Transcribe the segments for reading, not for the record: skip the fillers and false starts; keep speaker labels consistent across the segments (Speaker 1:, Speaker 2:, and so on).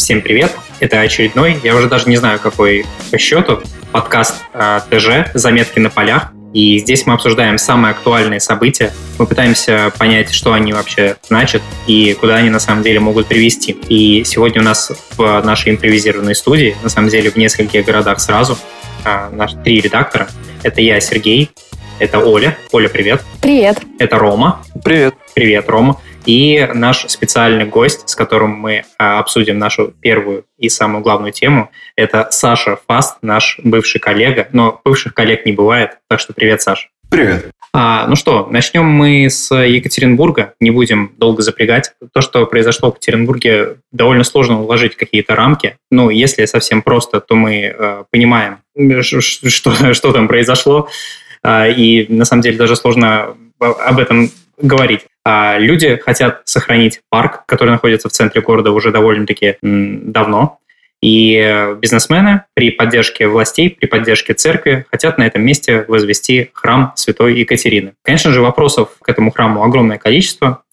Speaker 1: Всем привет! Это очередной, я уже даже не знаю, какой по счету, подкаст ТЖ «Заметки на полях». И здесь мы обсуждаем самые актуальные события. Мы пытаемся понять, что они вообще значат и куда они на самом деле могут привести. И сегодня у нас в нашей импровизированной студии, на самом деле в нескольких городах сразу, наши 3 редактора. Это я, Сергей, это Оля. Оля, привет.
Speaker 2: Привет.
Speaker 1: Это Рома.
Speaker 3: Привет.
Speaker 1: Привет, Рома. И наш специальный гость, с которым мы обсудим нашу первую и самую главную тему, это Саша Фаст, наш бывший коллега. Но бывших коллег не бывает, так что привет, Саша.
Speaker 3: Привет.
Speaker 1: Ну что, начнем мы с Екатеринбурга, не будем долго запрягать. То, что произошло в Екатеринбурге, довольно сложно уложить какие-то рамки. Ну, если совсем просто, то мы понимаем, что там произошло. И на самом деле даже сложно об этом говорить. Люди хотят сохранить парк, который находится в центре города уже довольно-таки давно. И бизнесмены при поддержке властей, при поддержке церкви хотят на этом месте возвести храм Святой Екатерины. Конечно же, вопросов к этому храму огромное количество,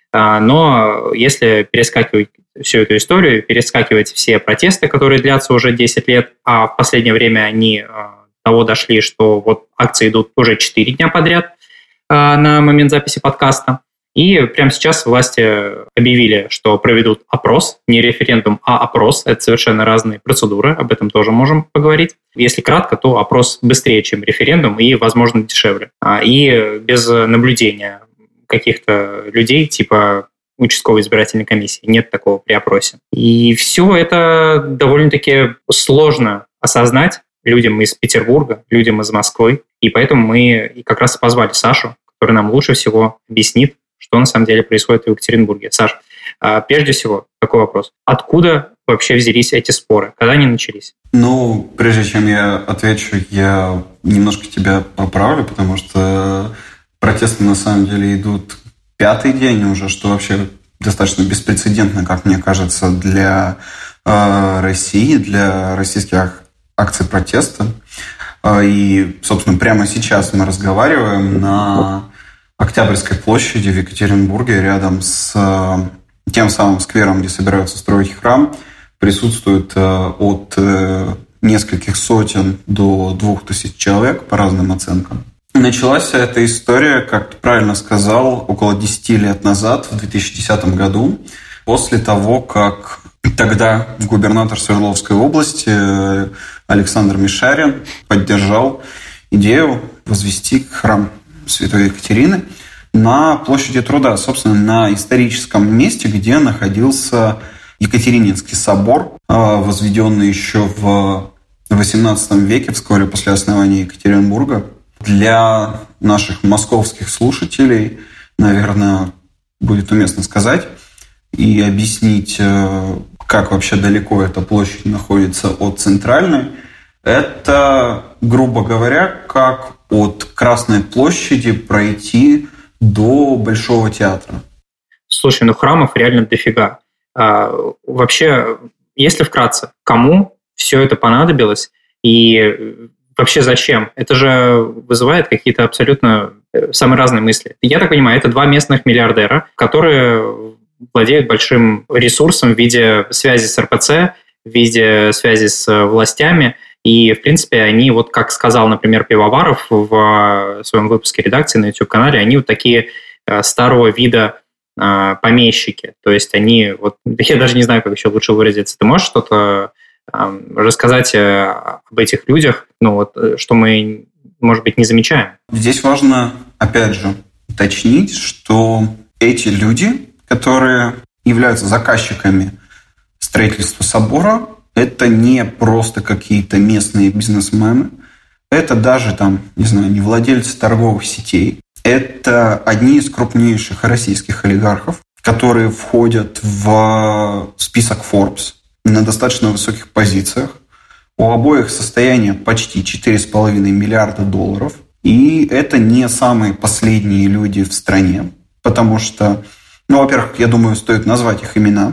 Speaker 1: но если перескакивать всю эту историю, перескакивать все протесты, которые длятся уже 10 лет, а в последнее время они до того дошли, что вот акции идут уже 4 дня подряд на момент записи подкаста. И прямо сейчас власти объявили, что проведут опрос, не референдум, а опрос. Это совершенно разные процедуры, об этом тоже можем поговорить. Если кратко, то опрос быстрее, чем референдум и, возможно, дешевле. И без наблюдения каких-то людей, типа участковой избирательной комиссии. Нет такого при опросе. И все это довольно-таки сложно осознать людям из Петербурга, людям из Москвы. И поэтому мы как раз позвали Сашу, который нам лучше всего объяснит, что на самом деле происходит в Екатеринбурге. Саш, прежде всего, такой вопрос. Откуда вообще взялись эти споры? Когда они начались?
Speaker 3: Ну, прежде чем я отвечу, я немножко тебя поправлю, потому что протесты на самом деле идут 5-й день уже, что вообще достаточно беспрецедентно, как мне кажется, для России, для российских акций протеста. И, собственно, прямо сейчас мы разговариваем на Октябрьской площади в Екатеринбурге, рядом с тем самым сквером, где собираются строить храм, присутствует от нескольких сотен до 2000 человек по разным оценкам. Началась эта история, как ты правильно сказал, около 10 лет назад, в 2010 году, после того, как тогда губернатор Свердловской области Александр Мишарин поддержал идею возвести храм Святой Екатерины на площади Труда, собственно, на историческом месте, где находился Екатерининский собор, возведенный еще в XVIII веке, вскоре после основания Екатеринбурга. Для наших московских слушателей, наверное, будет уместно сказать и объяснить, как вообще далеко эта площадь находится от центральной. Это, грубо говоря, как от Красной площади пройти до Большого театра.
Speaker 1: Слушай, ну храмов реально дофига. Вообще, если вкратце, кому все это понадобилось и вообще зачем? Это же вызывает какие-то абсолютно самые разные мысли. Я так понимаю, это 2 местных миллиардера, которые владеют большим ресурсом в виде связи с РПЦ, в виде связи с властями. И, в принципе, они, вот как сказал, например, Пивоваров в своем выпуске редакции на YouTube-канале, они вот такие старого вида помещики. То есть они, вот я даже не знаю, как еще лучше выразиться. Ты можешь что-то рассказать об этих людях, ну вот, что мы, может быть, не замечаем?
Speaker 3: Здесь важно, опять же, уточнить, что эти люди, которые являются заказчиками строительства собора, это не просто какие-то местные бизнесмены, это даже там, не знаю, не владельцы торговых сетей, это одни из крупнейших российских олигархов, которые входят в список Forbes на достаточно высоких позициях. У обоих состояние почти $4,5 миллиарда. И это не самые последние люди в стране, потому что, ну, во-первых, я думаю, стоит назвать их имена.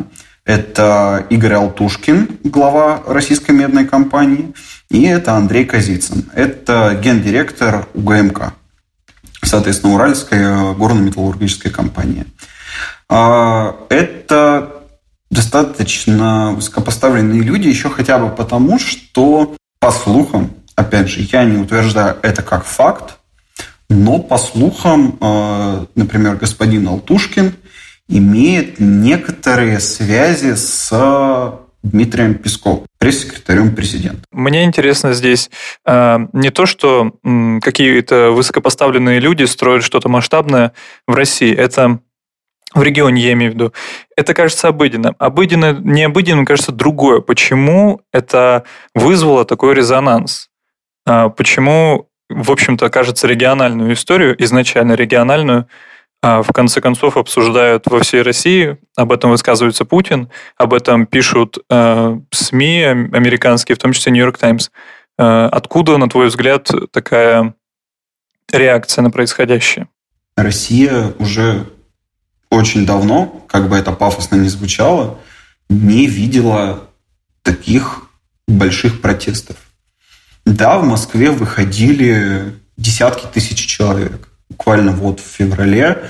Speaker 3: Это Игорь Алтушкин, глава Российской медной компании, и это Андрей Козицын. Это гендиректор УГМК, соответственно, Уральская горно-металлургическая компания. Это достаточно высокопоставленные люди еще хотя бы потому, что, по слухам, опять же, я не утверждаю это как факт, но по слухам, например, господин Алтушкин имеет некоторые связи с Дмитрием Песковым, пресс-секретарем президента.
Speaker 2: Мне интересно здесь не то, что какие-то высокопоставленные люди строят что-то масштабное в России. Это в регионе, я имею в виду. Это кажется обыденным. Необыденным кажется другое. Почему это вызвало такой резонанс? Почему, в общем-то, кажется, региональную историю, изначально региональную, в конце концов обсуждают во всей России, об этом высказывается Путин, об этом пишут СМИ американские, в том числе Нью-Йорк Таймс. Откуда, на твой взгляд, такая реакция на происходящее?
Speaker 3: Россия уже очень давно, как бы это пафосно ни звучало, не видела таких больших протестов. Да, в Москве выходили десятки тысяч человек. Буквально вот в феврале,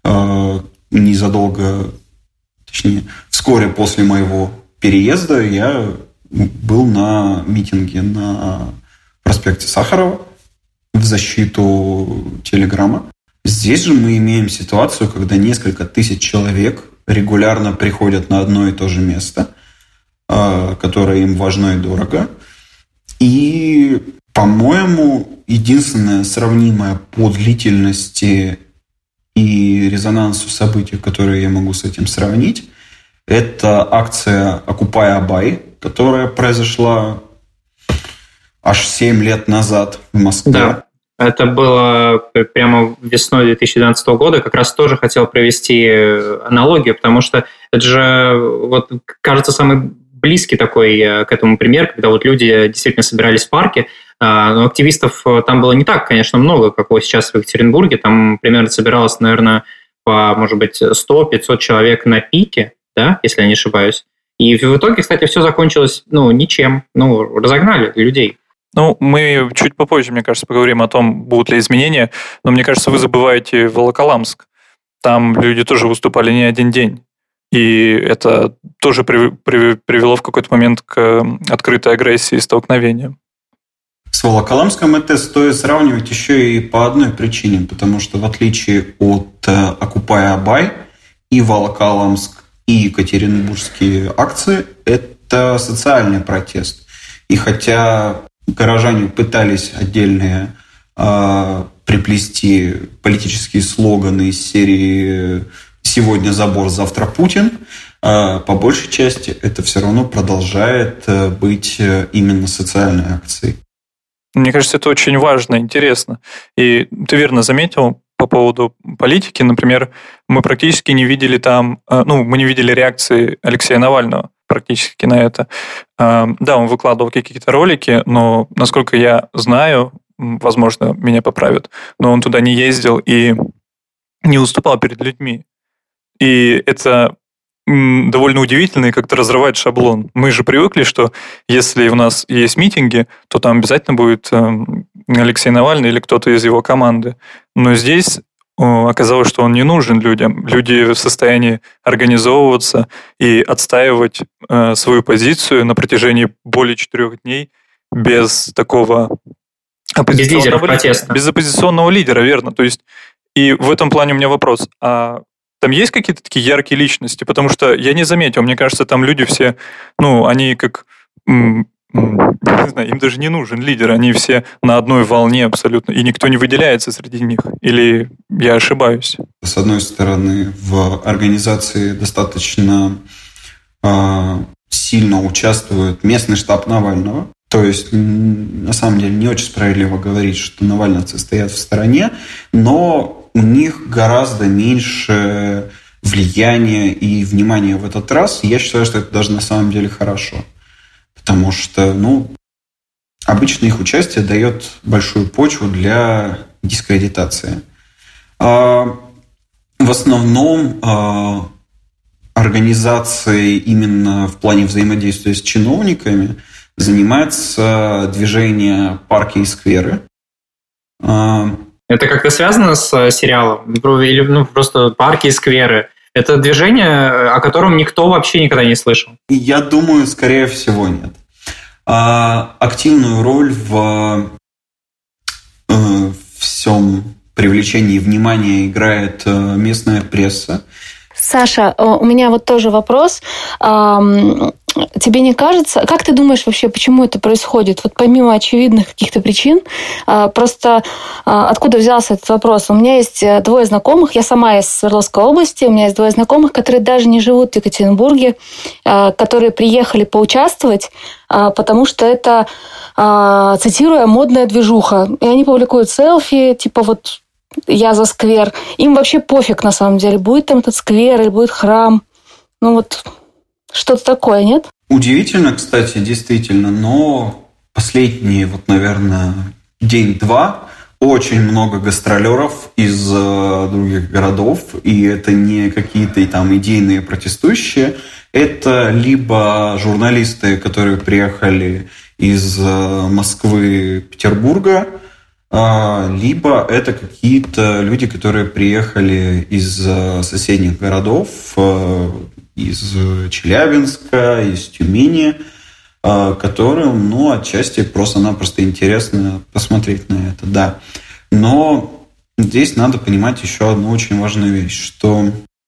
Speaker 3: вскоре после моего переезда я был на митинге на проспекте Сахарова в защиту Телеграма. Здесь же мы имеем ситуацию, когда несколько тысяч человек регулярно приходят на одно и то же место, которое им важно и дорого. И, по-моему, единственное сравнимое по длительности и резонансу событий, которые я могу с этим сравнить, это акция «Окупай Абай», которая произошла аж 7 лет назад в Москве.
Speaker 1: Да, это было прямо весной 2012 года. Как раз тоже хотел провести аналогию, потому что это же, вот, кажется, самый близкий такой к этому пример, когда вот люди действительно собирались в парке, но активистов там было не так, конечно, много, как вот сейчас в Екатеринбурге. Там примерно собиралось, наверное, по, может быть, 100-500 человек на пике, да, если я не ошибаюсь. И в итоге, кстати, все закончилось, ничем. Разогнали людей.
Speaker 2: Мы чуть попозже, мне кажется, поговорим о том, будут ли изменения. Но мне кажется, вы забываете Волоколамск. Там люди тоже выступали не один день. И это тоже привело в какой-то момент к открытой агрессии и столкновениям.
Speaker 3: С Волоколамском это стоит сравнивать еще и по одной причине, потому что в отличие от «Окупай Абай» и Волоколамск, и екатеринбургские акции – это социальный протест. И хотя горожане пытались отдельные приплести политические слоганы из серии «Сегодня забор, завтра Путин», по большей части это все равно продолжает быть именно социальной акцией.
Speaker 2: Мне кажется, это очень важно, интересно. И ты верно заметил по поводу политики. Например, мы практически не видели там... мы не видели реакции Алексея Навального практически на это. Да, он выкладывал какие-то ролики, но, насколько я знаю, возможно, меня поправят, но он туда не ездил и не выступал перед людьми. И это довольно удивительно и как-то разрывает шаблон. Мы же привыкли, что если у нас есть митинги, то там обязательно будет Алексей Навальный или кто-то из его команды. Но здесь оказалось, что он не нужен людям. Люди в состоянии организовываться и отстаивать свою позицию на протяжении более 4 дней без такого оппозиционного лидера. Без оппозиционного лидера, верно. То есть, и в этом плане у меня вопрос. Там есть какие-то такие яркие личности? Потому что я не заметил. Мне кажется, там люди все, они как... не знаю, им даже не нужен лидер. Они все на одной волне абсолютно. И никто не выделяется среди них. Или я ошибаюсь?
Speaker 3: С одной стороны, в организации достаточно сильно участвует местный штаб Навального. То есть, на самом деле, не очень справедливо говорить, что навальновцы стоят в стороне, но у них гораздо меньше влияния и внимания в этот раз. Я считаю, что это даже на самом деле хорошо. Потому что, обычно их участие дает большую почву для дискредитации. В основном организацией именно в плане взаимодействия с чиновниками занимается движение «Парки и скверы».
Speaker 1: Это как-то связано с сериалом? Или просто парки и скверы? Это движение, о котором никто вообще никогда не слышал.
Speaker 3: Я думаю, скорее всего, нет. Активную роль в всем привлечении внимания играет местная пресса.
Speaker 4: Саша, у меня вот тоже вопрос. Тебе не кажется, как ты думаешь вообще, почему это происходит? Вот помимо очевидных каких-то причин, просто откуда взялся этот вопрос? У меня есть двое знакомых, я сама из Свердловской области, у меня есть двое знакомых, которые даже не живут в Екатеринбурге, которые приехали поучаствовать, потому что это, цитируя, модная движуха. И они публикуют селфи, типа вот я за сквер. Им вообще пофиг, на самом деле, будет там этот сквер или будет храм. Ну вот что-то такое, нет?
Speaker 3: Удивительно, кстати, действительно, но последние, вот, наверное, день-два очень много гастролеров из других городов, и это не какие-то там идейные протестующие, это либо журналисты, которые приехали из Москвы, Петербурга, либо это какие-то люди, которые приехали из соседних городов, из Челябинска, из Тюмени, которым, ну, отчасти просто-напросто интересно посмотреть на это, да. Но здесь надо понимать еще одну очень важную вещь, что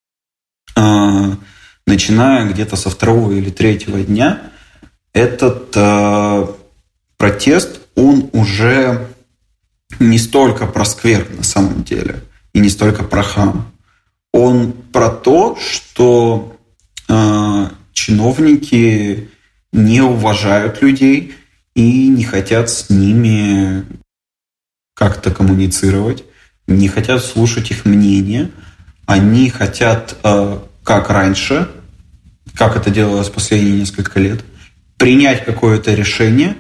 Speaker 3: начиная где-то со второго или третьего дня этот протест, он уже не столько про сквер на самом деле, и не столько про храм. Он про то, что чиновники не уважают людей и не хотят с ними как-то коммуницировать, не хотят слушать их мнение. Они хотят, как раньше, как это делалось последние несколько лет, принять какое-то решение,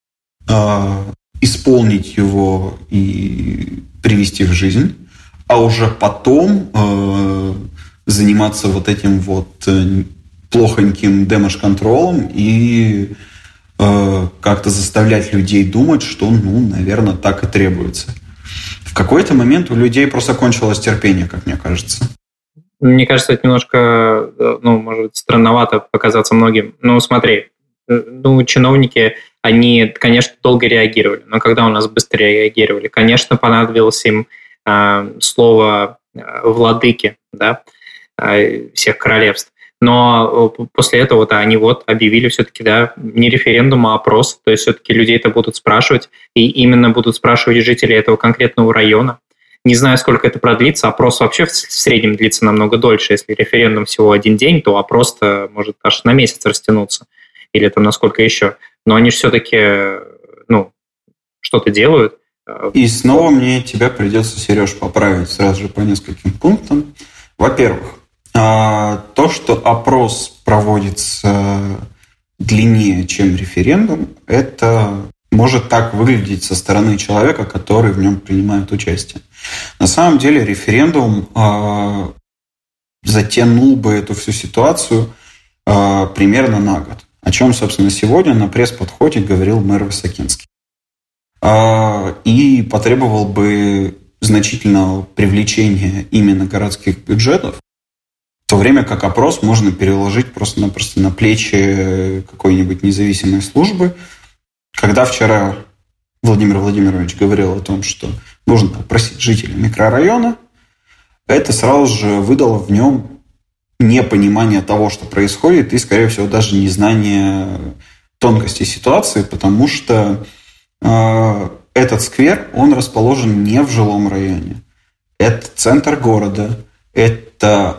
Speaker 3: исполнить его и привести в жизнь, а уже потом заниматься вот этим вот плохоньким дэмэдж-контролом и как-то заставлять людей думать, что, ну, наверное, так и требуется. В какой-то момент у людей просто кончилось терпение, как мне кажется.
Speaker 1: Мне кажется, это немножко, ну, может быть, странновато показаться многим. Ну, смотри, ну, чиновники, они, конечно, долго реагировали, но когда у нас быстро реагировали, конечно, понадобилось им слово владыки, да, всех королевств. Но после этого они вот объявили все-таки, да, не референдум, а опрос. То есть все-таки людей-то будут спрашивать, и именно будут спрашивать жители этого конкретного района. Не знаю, сколько это продлится. Опрос вообще в среднем длится намного дольше. Если референдум всего один день, то опрос-то может аж на месяц растянуться. Или там на сколько еще. Но они же все-таки, ну, что-то делают.
Speaker 3: И снова мне тебя придется, Сереж, поправить сразу же по нескольким пунктам. Во-первых, то, что опрос проводится длиннее, чем референдум, это может так выглядеть со стороны человека, который в нем принимает участие. На самом деле референдум затянул бы эту всю ситуацию примерно на год. О чем, собственно, сегодня на пресс-подходе говорил мэр Высокинский. И потребовал бы значительного привлечения именно городских бюджетов, в то время как опрос можно переложить просто-напросто на плечи какой-нибудь независимой службы. Когда вчера Владимир Владимирович говорил о том, что нужно опросить жителей микрорайона, это сразу же выдало в нем непонимание того, что происходит, и, скорее всего, даже незнание тонкостей ситуации, потому что этот сквер, он расположен не в жилом районе. Это центр города, это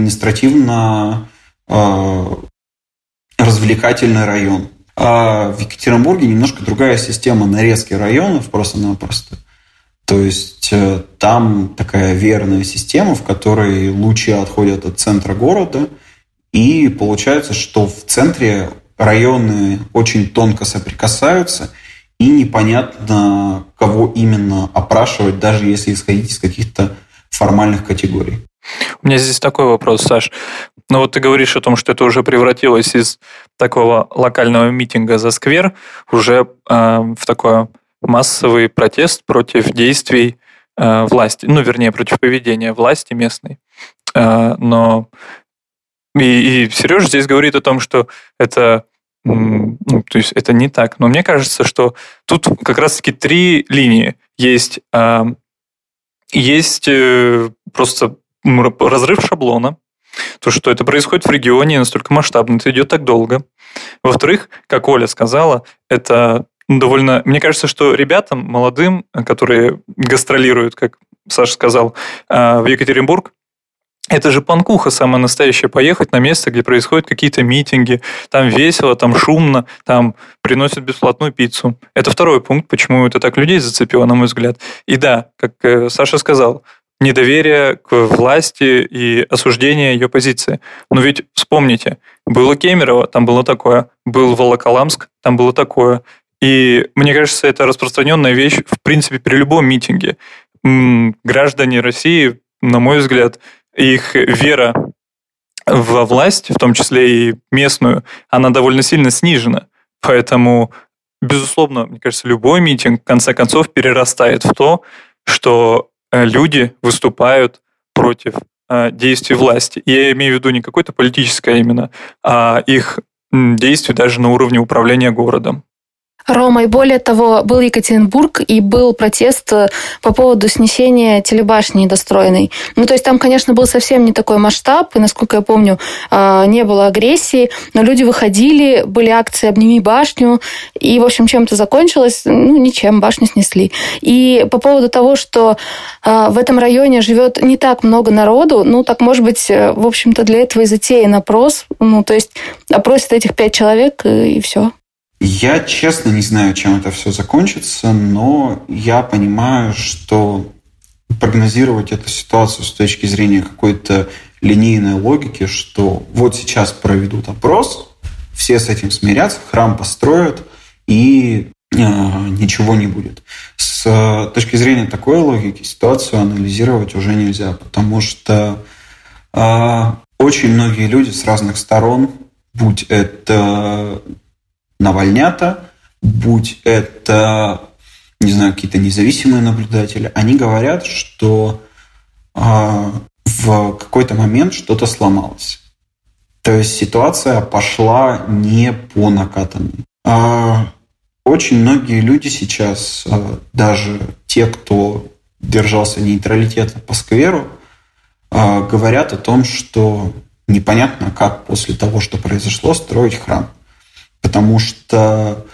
Speaker 3: административно-развлекательный район. А в Екатеринбурге немножко другая система нарезки районов просто-напросто. То есть там такая верная система, в которой лучи отходят от центра города, и получается, что в центре районы очень тонко соприкасаются, и непонятно, кого именно опрашивать, даже если исходить из каких-то формальных категорий.
Speaker 2: У меня здесь такой вопрос, Саш. Ну вот ты говоришь о том, что это уже превратилось из такого локального митинга за сквер уже в такой массовый протест против действий власти, ну, вернее, против поведения власти местной. Но и Сережа здесь говорит о том, что это, то есть это не так. Но мне кажется, что тут как раз-таки 3 линии. Есть просто разрыв шаблона, то, что это происходит в регионе настолько масштабно, это идет так долго. Во-вторых, как Оля сказала, это довольно... Мне кажется, что ребятам молодым, которые гастролируют, как Саша сказал, в Екатеринбург, это же панкуха самая настоящая, поехать на место, где происходят какие-то митинги, там весело, там шумно, там приносят бесплатную пиццу. Это второй пункт, почему это так людей зацепило, на мой взгляд. И да, как Саша сказал, недоверие к власти и осуждение ее позиции. Но ведь вспомните, было Кемерово, там было такое, был Волоколамск, там было такое. И мне кажется, это распространенная вещь, в принципе, при любом митинге. Граждане России, на мой взгляд, их вера во власть, в том числе и местную, она довольно сильно снижена. Поэтому, безусловно, мне кажется, любой митинг, в конце концов, перерастает в то, что люди выступают против действий власти. И я имею в виду не какое-то политическое именно, а их действий даже на уровне управления городом.
Speaker 4: Рома, и более того, был Екатеринбург, и был протест по поводу снесения телебашни недостроенной. Ну, то есть там, конечно, был совсем не такой масштаб, и, насколько я помню, не было агрессии, но люди выходили, были акции «Обними башню», и, в общем, чем-то закончилось, ничем, башню снесли. И по поводу того, что в этом районе живет не так много народу, так, может быть, в общем-то, для этого и затеян опрос, то есть опросят этих 5 человек, и все.
Speaker 3: Я, честно, не знаю, чем это все закончится, но я понимаю, что прогнозировать эту ситуацию с точки зрения какой-то линейной логики, что вот сейчас проведут опрос, все с этим смирятся, храм построят, и ничего не будет. С точки зрения такой логики ситуацию анализировать уже нельзя, потому что очень многие люди с разных сторон, будь это Навальнята, будь это, не знаю, какие-то независимые наблюдатели, они говорят, что в какой-то момент что-то сломалось. То есть ситуация пошла не по накатанной. Очень многие люди сейчас, даже те, кто держался нейтралитетно по скверу, говорят о том, что непонятно, как после того, что произошло, строить храм. Потому что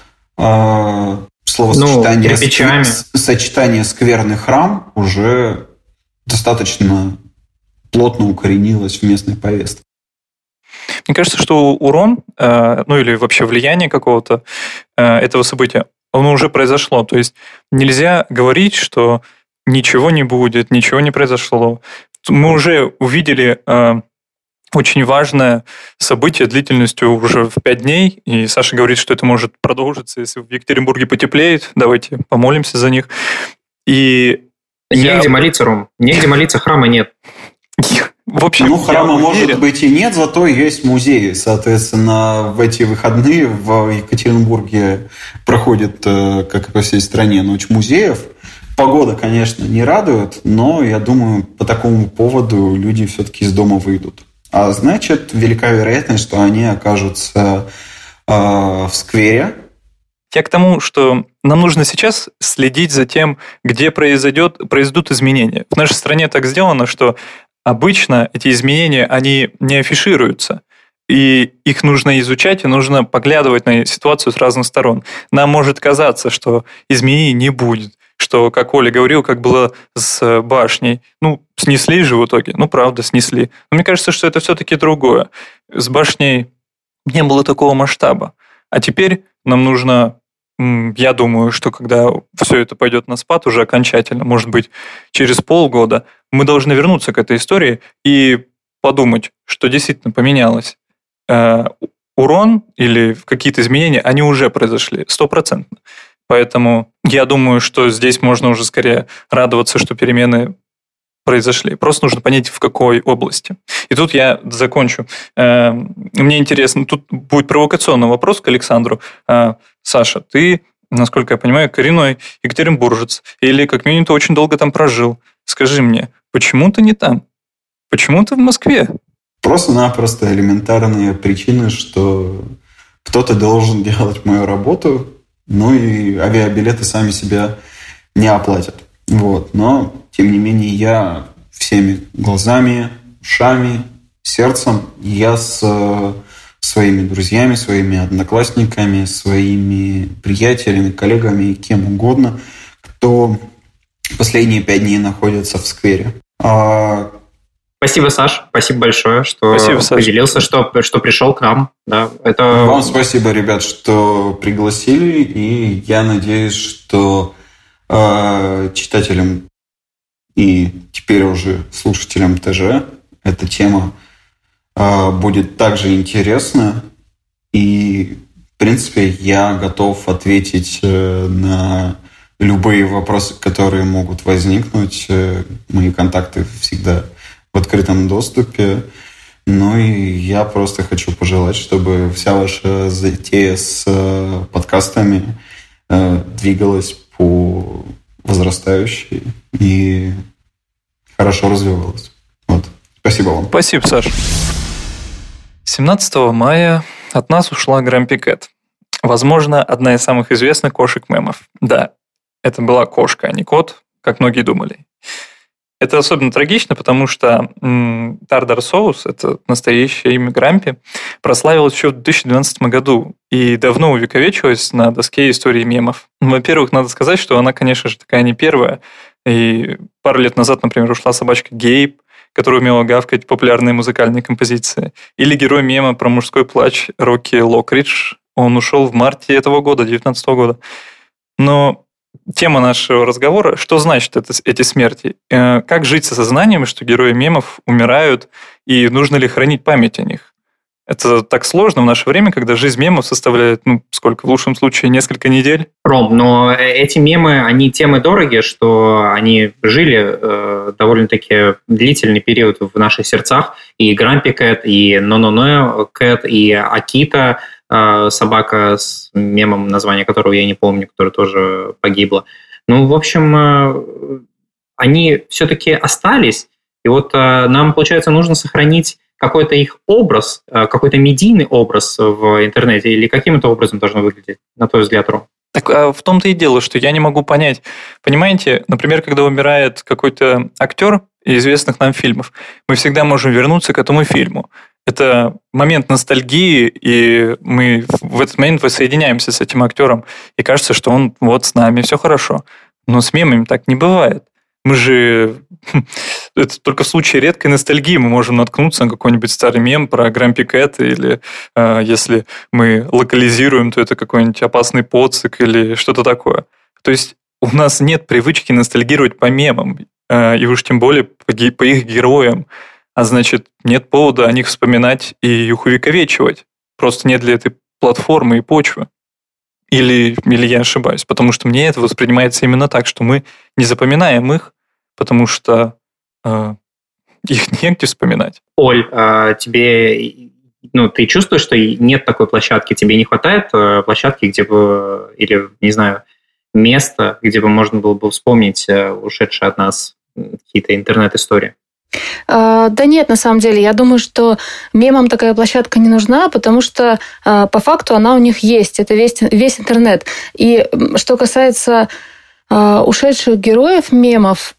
Speaker 3: сочетание скверный храм уже достаточно плотно укоренилось в местной повестке.
Speaker 2: Мне кажется, что урон, или вообще влияние какого-то этого события, оно уже произошло. То есть нельзя говорить, что ничего не будет, ничего не произошло. Мы уже увидели очень важное событие длительностью уже в 5 дней, и Саша говорит, что это может продолжиться, если в Екатеринбурге потеплеет. Давайте помолимся за них. И
Speaker 1: негде молиться, Ром. Негде молиться, храма нет.
Speaker 2: В общем,
Speaker 3: храма может быть и нет, зато есть музеи. Соответственно, в эти выходные в Екатеринбурге проходит, как и по всей стране, ночь музеев. Погода, конечно, не радует, но, я думаю, по такому поводу люди все-таки из дома выйдут. А значит, велика вероятность, что они окажутся в сквере.
Speaker 2: Я к тому, что нам нужно сейчас следить за тем, где произойдут изменения. В нашей стране так сделано, что обычно эти изменения, они не афишируются. И их нужно изучать, и нужно поглядывать на ситуацию с разных сторон. Нам может казаться, что изменений не будет, что, как Оля говорил, как было с башней. Снесли же в итоге. Правда, снесли. Но мне кажется, что это все-таки другое. С башней не было такого масштаба. А теперь нам нужно, я думаю, что когда все это пойдет на спад уже окончательно, может быть, через полгода, мы должны вернуться к этой истории и подумать, что действительно поменялось. Урон или какие-то изменения, они уже произошли, 100%. Поэтому я думаю, что здесь можно уже скорее радоваться, что перемены произошли. Просто нужно понять, в какой области. И тут я закончу. Мне интересно, тут будет провокационный вопрос к Александру. Саша, ты, насколько я понимаю, коренной екатеринбуржец, или как минимум ты очень долго там прожил. Скажи мне, почему ты не там? Почему ты в Москве?
Speaker 3: Просто-напросто элементарные причины, что кто-то должен делать мою работу, ну и авиабилеты сами себя не оплатят. Вот. Но, тем не менее, я всеми глазами, ушами, сердцем, я с своими друзьями, своими одноклассниками, своими приятелями, коллегами, кем угодно, кто последние 5 дней находится в сквере.
Speaker 1: Спасибо, Саш. Спасибо большое, что поделился, что пришел к нам. Да, это...
Speaker 3: Вам спасибо, ребят, что пригласили. И я надеюсь, что читателям и теперь уже слушателям ТЖ эта тема будет также интересна. И, в принципе, я готов ответить на любые вопросы, которые могут возникнуть. Мои контакты всегда в открытом доступе. Ну и я просто хочу пожелать, чтобы вся ваша затея с подкастами двигалась по возрастающей и хорошо развивалась. Вот. Спасибо вам.
Speaker 2: Спасибо, Саш. 17 мая от нас ушла Грампи Кэт. Возможно, одна из самых известных кошек-мемов. Да, это была кошка, а не кот, как многие думали. Это особенно трагично, потому что Тардар Соус, это настоящее имя Грампи, прославилось еще в 2012 году и давно увековечилась на доске истории мемов. Во-первых, надо сказать, что она, конечно же, такая не первая. И пару лет назад, например, ушла собачка Гейб, которая умела гавкать популярные музыкальные композиции. Или герой мема про мужской плач Рокки Локридж. Он ушел в марте этого года, 2019 года. Но тема нашего разговора, что значит эти смерти? Как жить с осознанием, что герои мемов умирают, и нужно ли хранить память о них? Это так сложно в наше время, когда жизнь мемов составляет, сколько, в лучшем случае, несколько недель.
Speaker 1: Ром, но эти мемы, они тем и дороги, что они жили довольно-таки длительный период в наших сердцах. И Грампи Кэт, и Но-Но-Но Кэт, и Акита, собака с мемом, название которого я не помню, которая тоже погибла. В общем, они все-таки остались. И вот нам, получается, нужно сохранить какой-то их образ, какой-то медийный образ в интернете, или каким это образом должно выглядеть, на твой взгляд, Ром?
Speaker 2: Так в том-то и дело, что я не могу понять. Понимаете, например, когда умирает какой-то актер из известных нам фильмов, мы всегда можем вернуться к этому фильму. Это момент ностальгии, и мы в этот момент воссоединяемся с этим актером, и кажется, что он вот с нами, все хорошо. Но с мемами так не бывает. Мы же... Это только в случае редкой ностальгии мы можем наткнуться на какой-нибудь старый мем про Грампи Кэт, или если мы локализируем, то это какой-нибудь опасный поцик или что-то такое. То есть у нас нет привычки ностальгировать по мемам, и уж тем более по их героям. А значит, нет повода о них вспоминать и их увековечивать. Просто нет для этой платформы и почвы. Или я ошибаюсь? Потому что мне это воспринимается именно так, что мы не запоминаем их, потому что их негде вспоминать.
Speaker 1: Оль, тебе, ты чувствуешь, что нет такой площадки? Тебе не хватает площадки, где бы, или, не знаю, места, где бы можно было бы вспомнить ушедшие от нас какие-то интернет-истории?
Speaker 4: Да нет, на самом деле. Я думаю, что мемам такая площадка не нужна, потому что по факту она у них есть. Это весь интернет. И что касается ушедших героев мемов,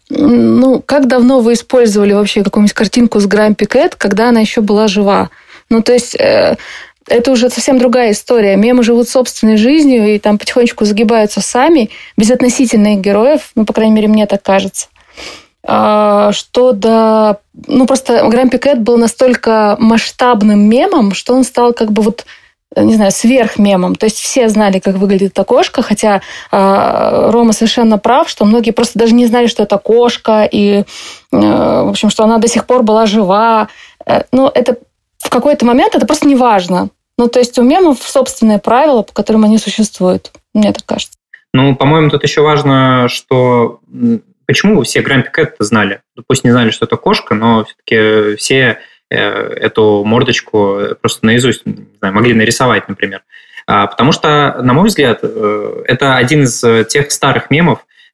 Speaker 4: как давно вы использовали вообще какую-нибудь картинку с Грампи Кэт, когда она еще была жива? То есть это уже совсем другая история. Мемы живут собственной жизнью и там потихонечку загибаются сами, без относительных героев, по крайней мере, мне так кажется. Просто Грампи Кэт был настолько масштабным мемом, что он стал сверхмемом. То есть все знали, как выглядит эта кошка, хотя Рома совершенно прав, что многие просто даже не знали, что это кошка, и, в общем, что она до сих пор была жива. Это в какой-то момент это просто не важно. То есть у мемов собственные правила, по которым они существуют. Мне так кажется.
Speaker 1: По-моему, тут еще важно, что... Почему все Грампи Кэт знали? Пусть не знали, что это кошка, но все-таки все эту мордочку просто наизусть могли нарисовать, например. Потому что, на мой взгляд, это один из тех старых мемов,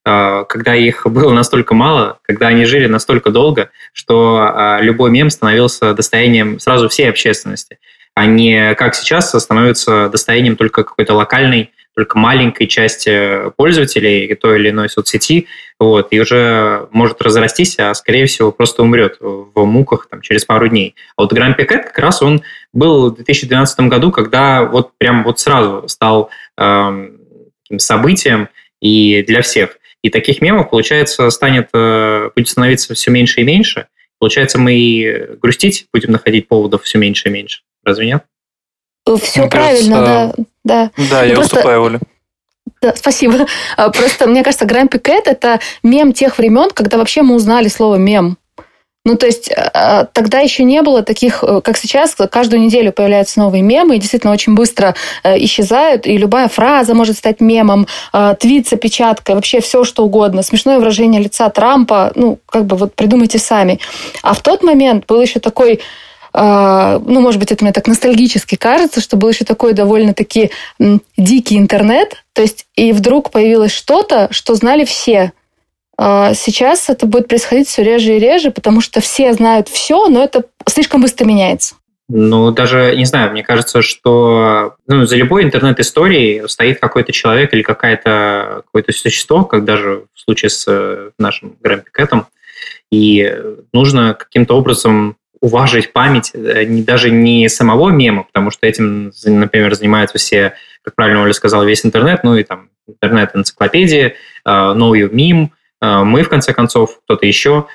Speaker 1: когда их было настолько мало, когда они жили настолько долго, что любой мем становился достоянием сразу всей общественности, а не как сейчас становится достоянием только какой-то локальной, только маленькой части пользователей той или иной соцсети, вот, и уже может разрастись, а скорее всего просто умрет в муках там, через пару дней. А вот Grumpy Cat как раз он был в 2012 году, когда вот прям вот сразу стал таким событием и для всех. И таких мемов, получается, будет становиться все меньше и меньше. Получается, мы и грустить будем находить поводов все меньше и меньше. Разве нет?
Speaker 4: Все
Speaker 2: Мне
Speaker 4: правильно,
Speaker 2: кажется,
Speaker 4: да.
Speaker 2: Да, я уступаю, Оля.
Speaker 4: Да, спасибо. Просто, мне кажется, Grumpy Cat – это мем тех времен, когда вообще мы узнали слово «мем». Ну, то есть, тогда еще не было таких, как сейчас, каждую неделю появляются новые мемы, и действительно очень быстро исчезают, и любая фраза может стать мемом, твит с опечаткой, вообще все, что угодно. Смешное выражение лица Трампа, ну, как бы вот придумайте сами. А в тот момент был еще такой... ну, может быть, это мне так ностальгически кажется, что был еще такой довольно-таки дикий интернет, то есть и вдруг появилось что-то, что знали все. Сейчас это будет происходить все реже и реже, потому что все знают все, но это слишком быстро меняется.
Speaker 1: Ну, даже, не знаю, мне кажется, что за любой интернет-историей стоит какой-то человек или какое-то существо, как даже в случае с нашим Grumpy Cat'ом, и нужно каким-то образом уважить память даже не самого мема, потому что этим, например, занимаются все, как правильно Оля сказала, весь интернет, ну и там интернет-энциклопедии, Know Your Meme, мы, в конце концов, кто-то еще.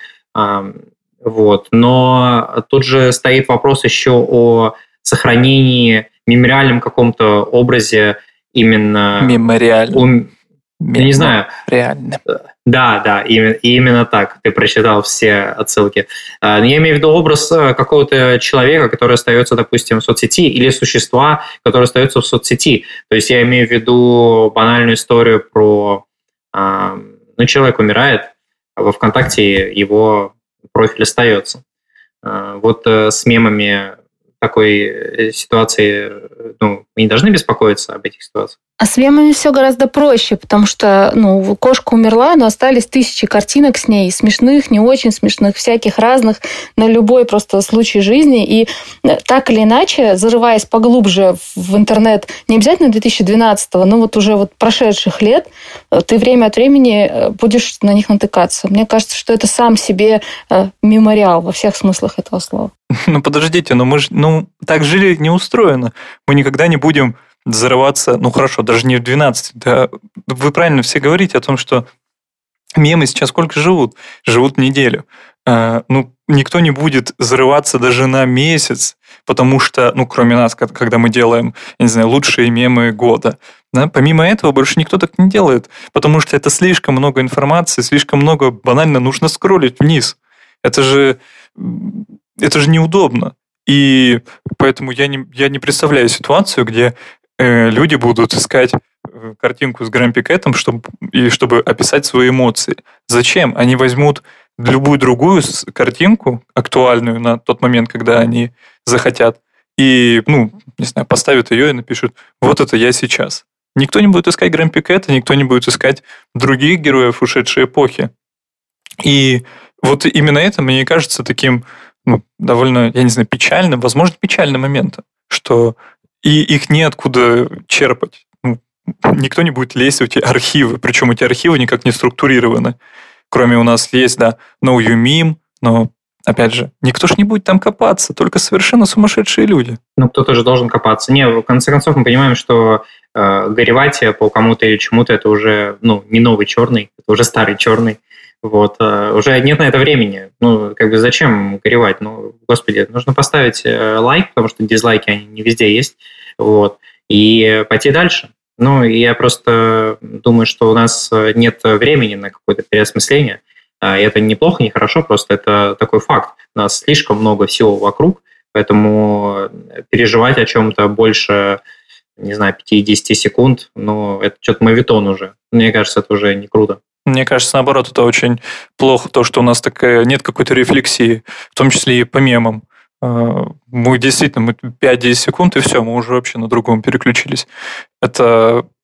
Speaker 1: Вот. Но тут же стоит вопрос еще о сохранении мемориальном каком-то образе именно...
Speaker 2: Мемориальном.
Speaker 1: Я не знаю.
Speaker 2: Реально.
Speaker 1: Да, именно так. Ты прочитал все отсылки. Я имею в виду образ какого-то человека, который остается, допустим, в соцсети, или существа, которое остается в соцсети. То есть я имею в виду банальную историю про... человек умирает, а во ВКонтакте его профиль остается. Вот с мемами такой ситуации, мы не должны беспокоиться об этих ситуациях.
Speaker 4: А с мемами все гораздо проще, потому что, кошка умерла, но остались тысячи картинок с ней, смешных, не очень смешных, всяких разных, на любой просто случай жизни. И так или иначе, зарываясь поглубже в интернет, не обязательно 2012-го, но вот уже прошедших лет, ты время от времени будешь на них натыкаться. Мне кажется, что это сам себе мемориал во всех смыслах этого слова.
Speaker 2: Подождите, мы же, так жили не устроено. Мы никогда не будем зарываться, хорошо, даже не в 12. Да, вы правильно все говорите о том, что мемы сейчас сколько живут? Живут неделю. Никто не будет зарываться даже на месяц, потому что, кроме нас, когда мы делаем, я не знаю, лучшие мемы года. Да? Помимо этого больше никто так не делает, потому что это слишком много информации, слишком много банально нужно скроллить вниз. Это же неудобно. И поэтому я не представляю ситуацию, где люди будут искать картинку с Grumpy Cat'ом, чтобы описать свои эмоции. Зачем? Они возьмут любую другую картинку, актуальную на тот момент, когда они захотят, и, поставят ее и напишут: вот это я сейчас. Никто не будет искать Grumpy Cat'а, никто не будет искать других героев ушедшей эпохи. И вот именно это, мне кажется, таким довольно, я не знаю, печальным, возможно, печальным моментом, что и их неоткуда черпать. Никто не будет лезть в эти архивы, причем эти архивы никак не структурированы. Кроме у нас есть, Know Your Meme, но, опять же, никто ж не будет там копаться, только совершенно сумасшедшие люди.
Speaker 1: Кто-то же должен копаться. В конце концов, мы понимаем, что горевать по кому-то или чему-то это уже не новый черный, это уже старый черный. Вот. Уже нет на это времени. Зачем горевать? Господи, нужно поставить лайк, потому что дизлайки, они не везде есть. Вот. И пойти дальше. Я просто думаю, что у нас нет времени на какое-то переосмысление. И это не плохо, не хорошо, просто это такой факт. У нас слишком много всего вокруг, поэтому переживать о чем-то больше, 5-10 секунд, это что-то моветон уже. Мне кажется, это уже не круто.
Speaker 2: Мне кажется, наоборот, это очень плохо, то, что у нас нет какой-то рефлексии, в том числе и по мемам. Мы 5-10 секунд, и все, мы уже вообще на другом переключились. Это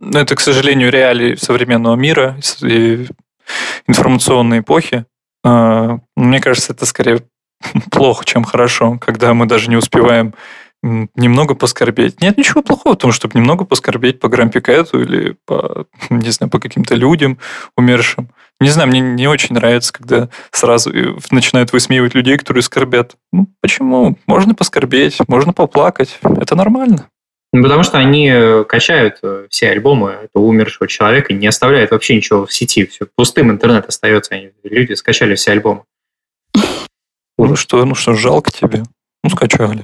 Speaker 2: это, к сожалению, реалии современного мира и информационной эпохи. Мне кажется, это скорее плохо, чем хорошо, когда мы даже не успеваем немного поскорбеть. Нет ничего плохого в том, чтобы немного поскорбеть по Гран-Пикету или по, не знаю, по каким-то людям умершим. Не знаю, мне не очень нравится, когда сразу начинают высмеивать людей, которые скорбят. Ну, почему? Можно поскорбеть, можно поплакать. Это нормально.
Speaker 1: Потому что они качают все альбомы этого умершего человека, не оставляют вообще ничего в сети. Все пустым интернет остается. Люди скачали все альбомы.
Speaker 2: Ну что, жалко тебе. Ну, скачали.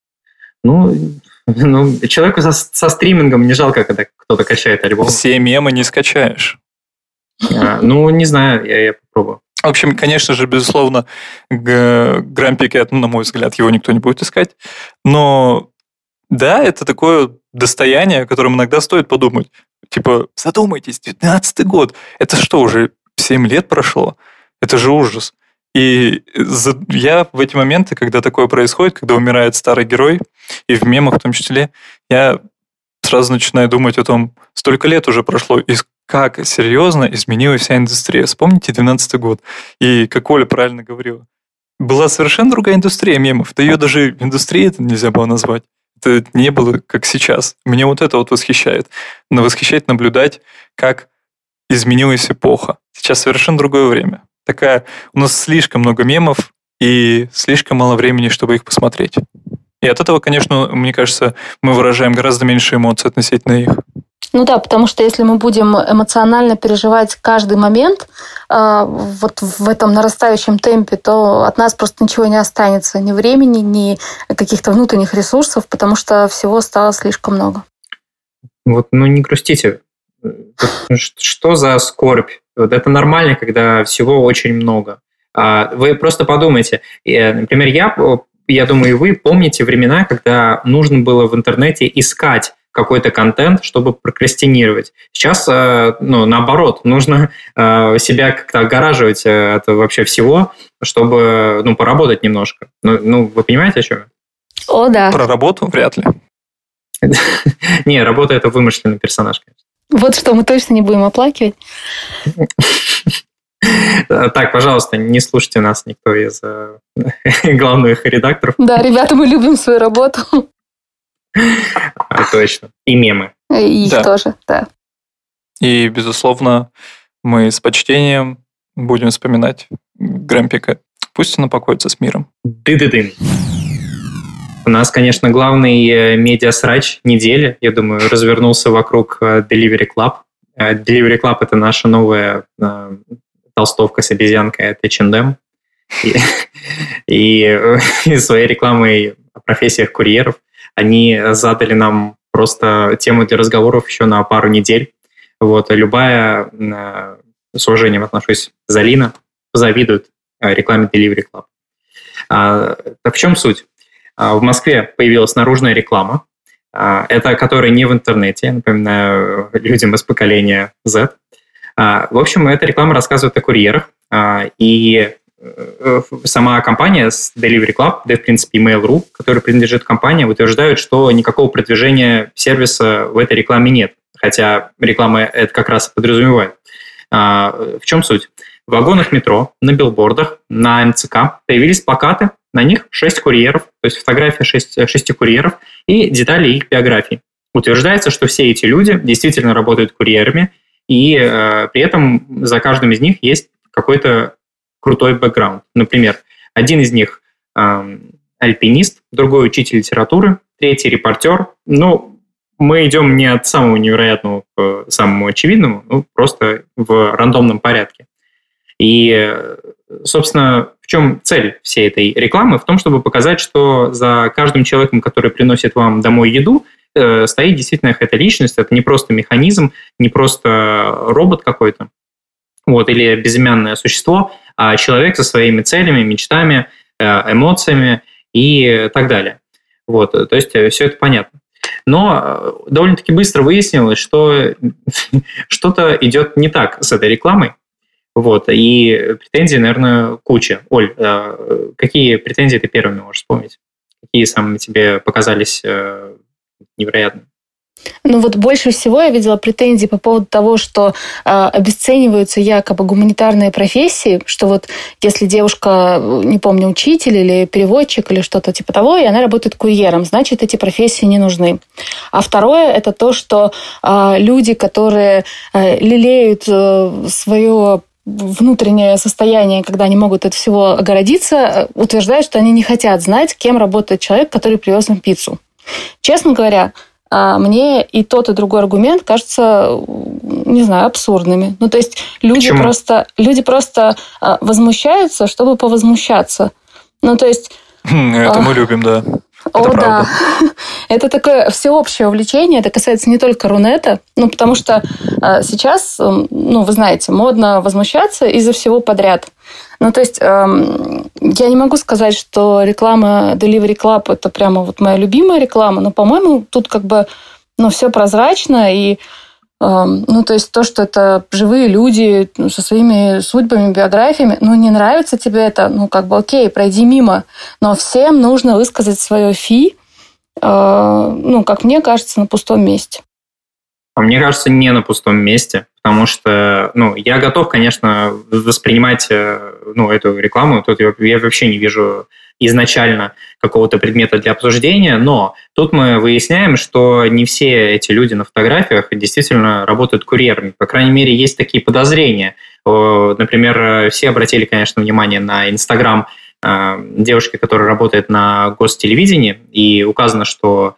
Speaker 1: Человеку со стримингом не жалко, когда кто-то качает альбом.
Speaker 2: Все мемы не скачаешь.
Speaker 1: Не знаю, я попробую.
Speaker 2: В общем, конечно же, безусловно, Гран-Пикет, на мой взгляд, его никто не будет искать. Но да, это такое достояние, о котором иногда стоит подумать. Типа, задумайтесь, 19-й год. Это что, уже 7 лет прошло? Это же ужас. И я в эти моменты, когда такое происходит, когда умирает старый герой, и в мемах в том числе, я сразу начинаю думать о том, столько лет уже прошло, и как серьезно изменилась вся индустрия. Вспомните 12-й год. И, как Оля правильно говорила, была совершенно другая индустрия мемов. Да ее даже индустрией это нельзя было назвать. Это не было как сейчас. Меня вот это вот восхищает. Но восхищает наблюдать, как изменилась эпоха. Сейчас совершенно другое время. У нас слишком много мемов и слишком мало времени, чтобы их посмотреть. И от этого, конечно, мне кажется, мы выражаем гораздо меньше эмоций относительно их.
Speaker 4: Ну да, потому что если мы будем эмоционально переживать каждый момент вот в этом нарастающем темпе, то от нас просто ничего не останется. Ни времени, ни каких-то внутренних ресурсов, потому что всего стало слишком много.
Speaker 1: Не грустите. Что за скорбь? Это нормально, когда всего очень много. Вы просто подумайте. Например, я думаю, и вы помните времена, когда нужно было в интернете искать какой-то контент, чтобы прокрастинировать. Сейчас, наоборот, нужно себя как-то огораживать от вообще всего, чтобы, поработать немножко. Вы понимаете, о чем я?
Speaker 4: О, да.
Speaker 2: Про работу вряд ли.
Speaker 1: Не, работа – это вымышленный персонаж, конечно.
Speaker 4: Вот что мы точно не будем оплакивать.
Speaker 1: Так, пожалуйста, не слушайте нас никто из главных редакторов.
Speaker 4: Да, ребята, мы любим свою работу.
Speaker 1: Точно. И мемы.
Speaker 4: И их тоже, да.
Speaker 2: И, безусловно, мы с почтением будем вспоминать Гран-Пикет. Пусть она покоится с миром.
Speaker 1: Ды-ды-дын. У нас, конечно, главный медиасрач недели, я думаю, развернулся вокруг Delivery Club. Delivery Club – это наша новая толстовка с обезьянкой от H&M. И своей рекламой о профессиях курьеров они задали нам просто тему для разговоров еще на пару недель. Любая, с уважением отношусь, Залина, позавидует рекламе Delivery Club. Так в чем суть? В Москве появилась наружная реклама, это которая не в интернете, напоминаю людям из поколения Z. В общем, эта реклама рассказывает о курьерах, и сама компания Delivery Club, да и, в принципе, Mail.ru, которая принадлежит компании, утверждают, что никакого продвижения сервиса в этой рекламе нет, хотя реклама это как раз подразумевает. В чем суть? В вагонах метро, на билбордах, на МЦК появились плакаты, на них 6 курьеров, то есть фотография 6 курьеров и детали их биографий. Утверждается, что все эти люди действительно работают курьерами, и при этом за каждым из них есть какой-то крутой бэкграунд. Например, один из них альпинист, другой учитель литературы, третий репортер. Мы идем не от самого невероятного к самому очевидному, просто в рандомном порядке. И, собственно, в чем цель всей этой рекламы? В том, чтобы показать, что за каждым человеком, который приносит вам домой еду, стоит действительно какая-то личность. Это не просто механизм, не просто робот какой-то, или безымянное существо, а человек со своими целями, мечтами, эмоциями и так далее. То есть все это понятно. Но довольно-таки быстро выяснилось, что что-то идет не так с этой рекламой. И претензий, наверное, куча. Оль, какие претензии ты первыми можешь вспомнить? Какие самыми тебе показались невероятными?
Speaker 4: Ну вот больше всего я видела претензий по поводу того, что обесцениваются якобы гуманитарные профессии, что вот если девушка, не помню, учитель или переводчик или что-то типа того, и она работает курьером, значит, эти профессии не нужны. А второе – это то, что люди, которые лелеют свое внутреннее состояние, когда они могут от всего огородиться, утверждают, что они не хотят знать, кем работает человек, который привез им пиццу. Честно говоря, мне и тот, и другой аргумент кажутся, не знаю, абсурдными. Ну, то есть люди просто возмущаются, чтобы повозмущаться. Ну, то есть...
Speaker 2: Это мы любим, да.
Speaker 4: О, да. Это такое всеобщее увлечение. Это касается не только Рунета, ну, потому что сейчас, ну, вы знаете, модно возмущаться из-за всего подряд. Ну, то есть я не могу сказать, что реклама Delivery Club – это прямо вот моя любимая реклама, но, по-моему, тут как бы, ну, все прозрачно, и, ну, то есть то, что это живые люди со своими судьбами, биографиями, ну, не нравится тебе это, ну, как бы окей, пройди мимо, но всем нужно высказать свое фи, ну, как мне кажется, на пустом месте.
Speaker 1: А мне кажется, не на пустом месте, потому что, ну, я готов, конечно, воспринимать, ну, эту рекламу, тут я вообще не вижу изначально какого-то предмета для обсуждения, но тут мы выясняем, что не все эти люди на фотографиях действительно работают курьерами. По крайней мере, есть такие подозрения. Например, все обратили, конечно, внимание на Инстаграм девушки, которая работает на гостелевидении, и указано, что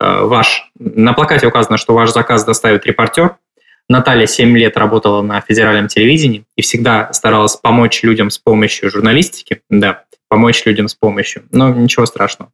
Speaker 1: на плакате указано, что ваш заказ доставит репортер. Наталья 7 лет работала на федеральном телевидении и всегда старалась помочь людям с помощью журналистики. Да, помочь людям с помощью. Но ничего страшного.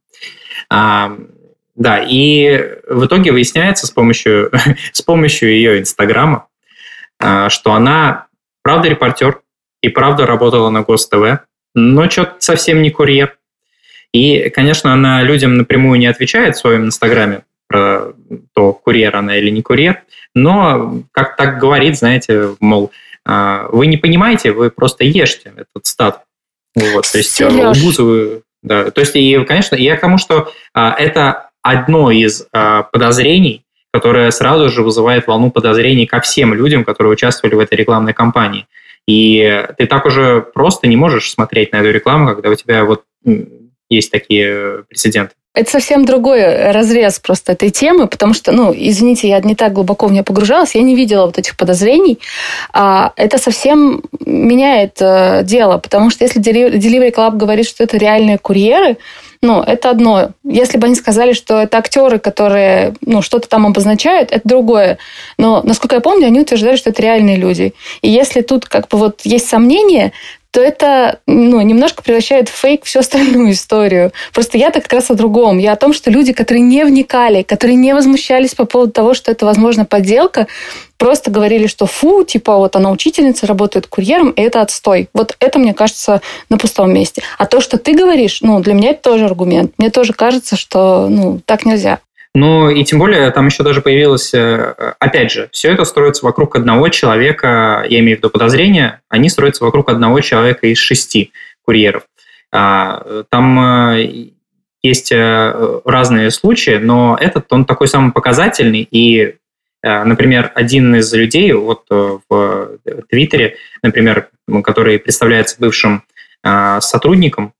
Speaker 1: Да, и в итоге выясняется с помощью ее Инстаграма, что она правда репортер и правда работала на Гос-ТВ, но что-то совсем не курьер. И, конечно, она людям напрямую не отвечает в своем Инстаграме про то, курьер она или не курьер, но как так говорит, знаете, мол, вы не понимаете, вы просто ешьте этот стат. Вот, то есть Бузову, да. То есть, и, конечно, я к тому, что это одно из подозрений, которое сразу же вызывает волну подозрений ко всем людям, которые участвовали в этой рекламной кампании. И ты так уже просто не можешь смотреть на эту рекламу, когда у тебя вот есть такие прецеденты.
Speaker 4: Это совсем другой разрез просто этой темы, потому что, ну, извините, я не так глубоко в нее погружалась, я не видела вот этих подозрений. Это совсем меняет дело, потому что если Delivery Club говорит, что это реальные курьеры, ну, это одно. Если бы они сказали, что это актеры, которые, ну, что-то там обозначают, это другое. Но, насколько я помню, они утверждали, что это реальные люди. И если тут как бы вот есть сомнения, то это, ну, немножко превращает в фейк всю остальную историю. Просто я-то как раз о другом. Я о том, что люди, которые не вникали, которые не возмущались по поводу того, что это, возможно, подделка, просто говорили, что фу, типа вот она учительница, работает курьером, и это отстой. Вот это, мне кажется, на пустом месте. А то, что ты говоришь, ну, для меня это тоже аргумент. Мне тоже кажется, что, ну, так нельзя.
Speaker 1: Ну, и тем более там еще даже появилось, опять же, все это строится вокруг одного человека, я имею в виду подозрения, они строятся вокруг одного человека из 6 курьеров. Там есть разные случаи, но этот, он такой самый показательный, и, например, один из людей вот в Твиттере, например, который представляется бывшим сотрудником,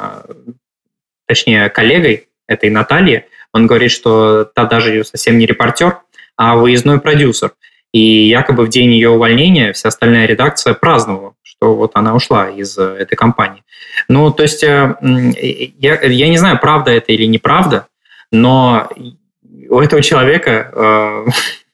Speaker 1: точнее, коллегой этой Натальи, он говорит, что та даже совсем не репортер, а выездной продюсер. И якобы в день ее увольнения вся остальная редакция праздновала, что вот она ушла из этой компании. Ну, то есть я не знаю, правда это или неправда, но у этого человека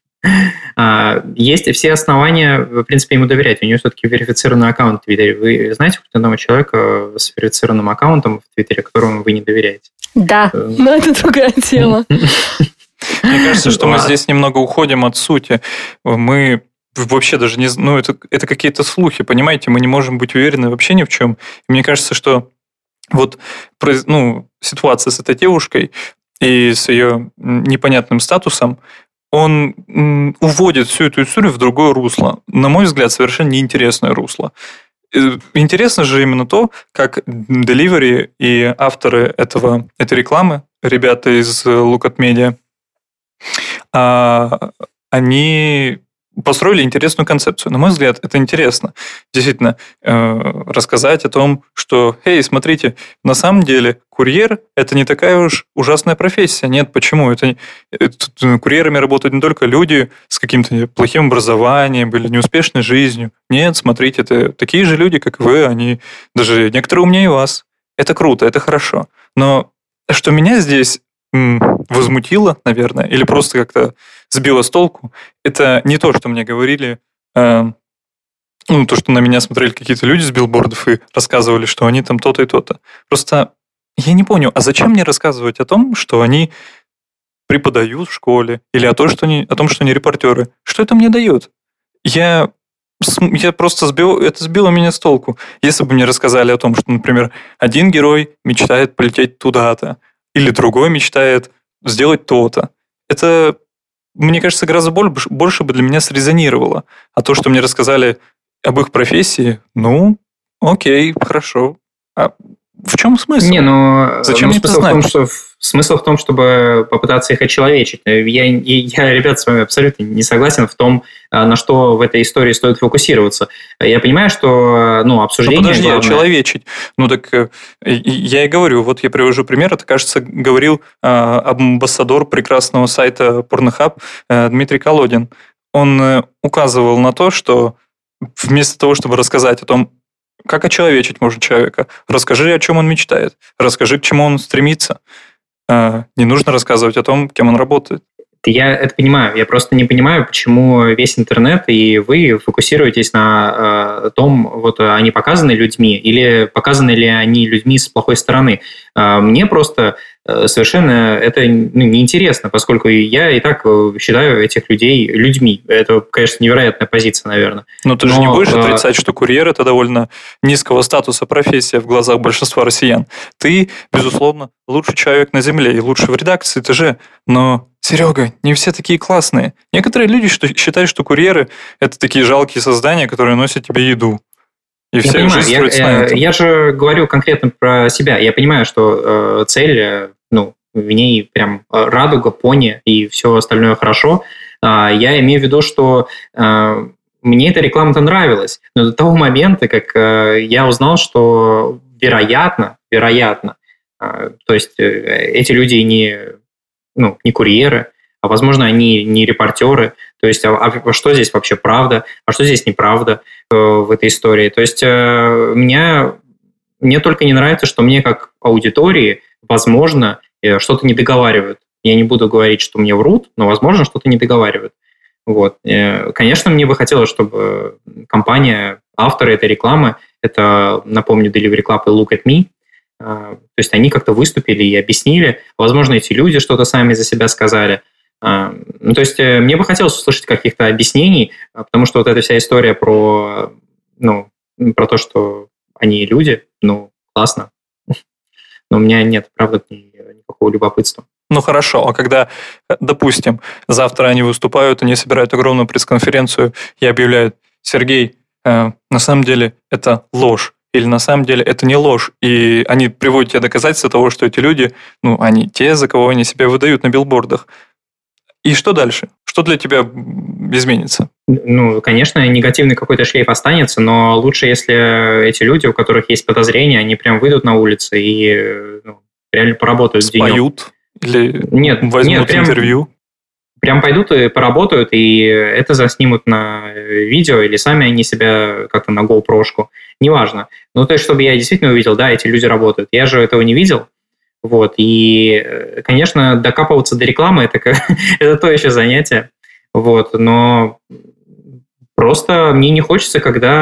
Speaker 1: есть все основания, в принципе, ему доверять. У него все-таки верифицированный аккаунт в Твиттере. Вы знаете хоть одного человека с верифицированным аккаунтом в Твиттере, которому вы не доверяете?
Speaker 4: Да, но это другая тема.
Speaker 2: Мне кажется, что мы здесь немного уходим от сути. Мы вообще даже не... Ну, это какие-то слухи, понимаете? Мы не можем быть уверены вообще ни в чем. И мне кажется, что вот ситуация с этой девушкой и с ее непонятным статусом, он уводит всю эту историю в другое русло. На мой взгляд, совершенно неинтересное русло. Интересно же именно то, как Delivery и авторы этой рекламы, ребята из Look at Media, они построили интересную концепцию. На мой взгляд, это интересно. Действительно, рассказать о том, что, смотрите, на самом деле курьер – это не такая уж ужасная профессия. Нет, почему? Курьерами работают не только люди с каким-то плохим образованием или неуспешной жизнью. Нет, смотрите, это такие же люди, как вы, они даже некоторые умнее вас. Это круто, это хорошо. Но что меня здесь возмутило, наверное, или просто как-то сбило с толку, это не то, что мне говорили, то, что на меня смотрели какие-то люди с билбордов и рассказывали, что они там то-то и то-то. Просто я не понял, а зачем мне рассказывать о том, что они преподают в школе, или о том, что они репортеры? Что это мне дает? Я просто это сбило меня с толку. Если бы мне рассказали о том, что, например, один герой мечтает полететь туда-то, или другой мечтает сделать то-то. Это, мне кажется, гораздо больше бы для меня срезонировало. А то, что мне рассказали об их профессии, окей, хорошо. А в чем смысл?
Speaker 1: Зачем мне это знать? Смысл в том, чтобы попытаться их очеловечить. Я, ребят, с вами абсолютно не согласен в том, на что в этой истории стоит фокусироваться. Я понимаю, что обсуждение...
Speaker 2: Подожди, главное... очеловечить. Так я и говорю, вот я привожу пример, это, кажется, говорил амбассадор прекрасного сайта Pornhub Дмитрий Колодин. Он указывал на то, что вместо того, чтобы рассказать о том, как очеловечить можно человека, расскажи, о чем он мечтает, расскажи, к чему он стремится. Не нужно рассказывать о том, кем он работает.
Speaker 1: Я это понимаю. Я просто не понимаю, почему весь интернет и вы фокусируетесь на том, вот они показаны людьми, или показаны ли они людьми с плохой стороны. Мне просто совершенно это неинтересно, поскольку я и так считаю этих людей людьми. Это, конечно, невероятная позиция, наверное.
Speaker 2: Но ты же не будешь отрицать, что курьер – это довольно низкого статуса профессия в глазах большинства россиян. Ты, безусловно, лучший человек на земле и лучший в редакции, ты же. Но, Серега, не все такие классные. Некоторые люди считают, что курьеры – это такие жалкие создания, которые носят тебе еду. И вся жизнь строится на этом.
Speaker 1: Я же говорю конкретно про себя. Я понимаю, что цель, в ней прям радуга, пони и все остальное хорошо. Я имею в виду, что мне эта реклама-то нравилась. Но до того момента, как я узнал, что вероятно, то есть эти люди не курьеры, а, возможно, они не репортеры. То есть, а что здесь вообще правда, а что здесь неправда в этой истории? То есть, мне только не нравится, что мне как аудитории, возможно, что-то не договаривают. Я не буду говорить, что мне врут, но, возможно, что-то не договаривают. Вот. Конечно, мне бы хотелось, чтобы компания, авторы этой рекламы, это, напомню, Delivery Club и Look at Me, то есть они как-то выступили и объяснили. Возможно, эти люди что-то сами за себя сказали. То есть мне бы хотелось услышать каких-то объяснений, потому что вот эта вся история про то, что они люди, классно. Но у меня нет, правда, никакого любопытства.
Speaker 2: Хорошо, а когда, допустим, завтра они выступают, они собирают огромную пресс-конференцию и объявляют: Сергей, на самом деле это ложь, или на самом деле это не ложь, и они приводят тебе доказательства того, что эти люди, они те, за кого они себя выдают на билбордах. И что дальше? Что для тебя изменится?
Speaker 1: Конечно, негативный какой-то шлейф останется, но лучше, если эти люди, у которых есть подозрения, они прям выйдут на улицы и реально поработают денек.
Speaker 2: Споют? Или возьмут интервью?
Speaker 1: Прям пойдут и поработают, и это заснимут на видео, или сами они себя как-то на GoPro-шку. Неважно. То есть, чтобы я действительно увидел, да, эти люди работают. Я же этого не видел. Вот. И, конечно, докапываться до рекламы – это то еще занятие. Вот. Но просто мне не хочется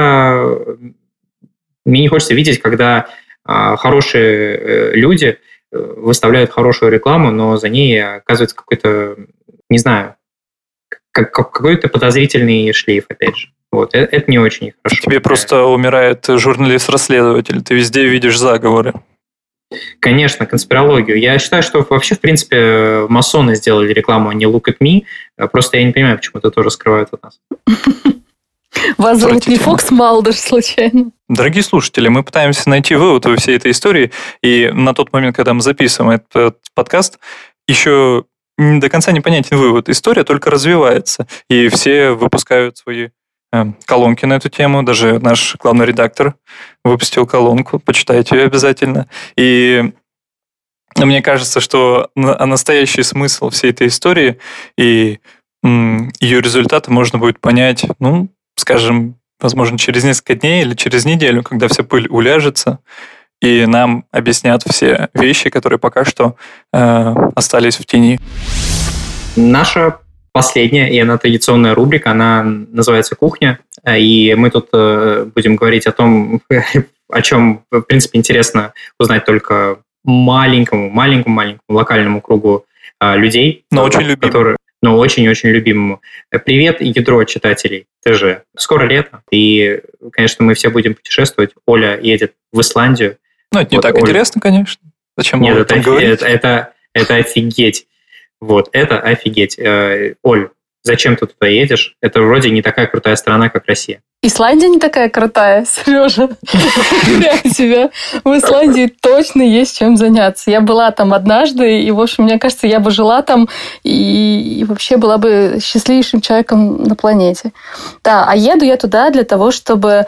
Speaker 1: видеть, когда хорошие люди выставляют хорошую рекламу, но за ней оказывается какой-то, не знаю, какой-то подозрительный шлейф, опять же. Вот. Это не очень хорошо.
Speaker 2: Тебе просто умирает журналист-расследователь. Ты везде видишь заговоры.
Speaker 1: Конечно, конспирологию. Я считаю, что вообще, в принципе, масоны сделали рекламу, а не Look at Me. Просто я не понимаю, почему это тоже скрывают от нас.
Speaker 4: Вас зовут не Фокс Малдер, случайно?
Speaker 2: Дорогие слушатели, мы пытаемся найти вывод во всей этой истории. И на тот момент, когда мы записываем этот подкаст, еще до конца непонятен вывод. История только развивается, и все выпускают свои колонки на эту тему. Даже наш главный редактор выпустил колонку, почитайте ее обязательно. И мне кажется, что настоящий смысл всей этой истории и ее результаты можно будет понять, скажем, возможно, через несколько дней или через неделю, когда вся пыль уляжется, и нам объяснят все вещи, которые пока что остались в тени.
Speaker 1: Наша последняя, и она традиционная рубрика, она называется «Кухня», и мы тут будем говорить о том, о чем, в принципе, интересно узнать только маленькому локальному кругу людей.
Speaker 2: Но очень любимому.
Speaker 1: Но очень-очень любимому. Привет, ядро читателей ТЖ. Скоро лето, и, конечно, мы все будем путешествовать. Оля едет в Исландию.
Speaker 2: Это не так интересно, конечно. Зачем об этом говорить?
Speaker 1: Это офигеть. Это офигеть. Оль, зачем ты туда едешь? Это вроде не такая крутая страна, как Россия.
Speaker 4: Исландия не такая крутая, Сережа. Уверяю тебя, в Исландии точно есть чем заняться. Я была там однажды, и, в общем, мне кажется, я бы жила там и вообще была бы счастливейшим человеком на планете. Да, а еду я туда для того, чтобы...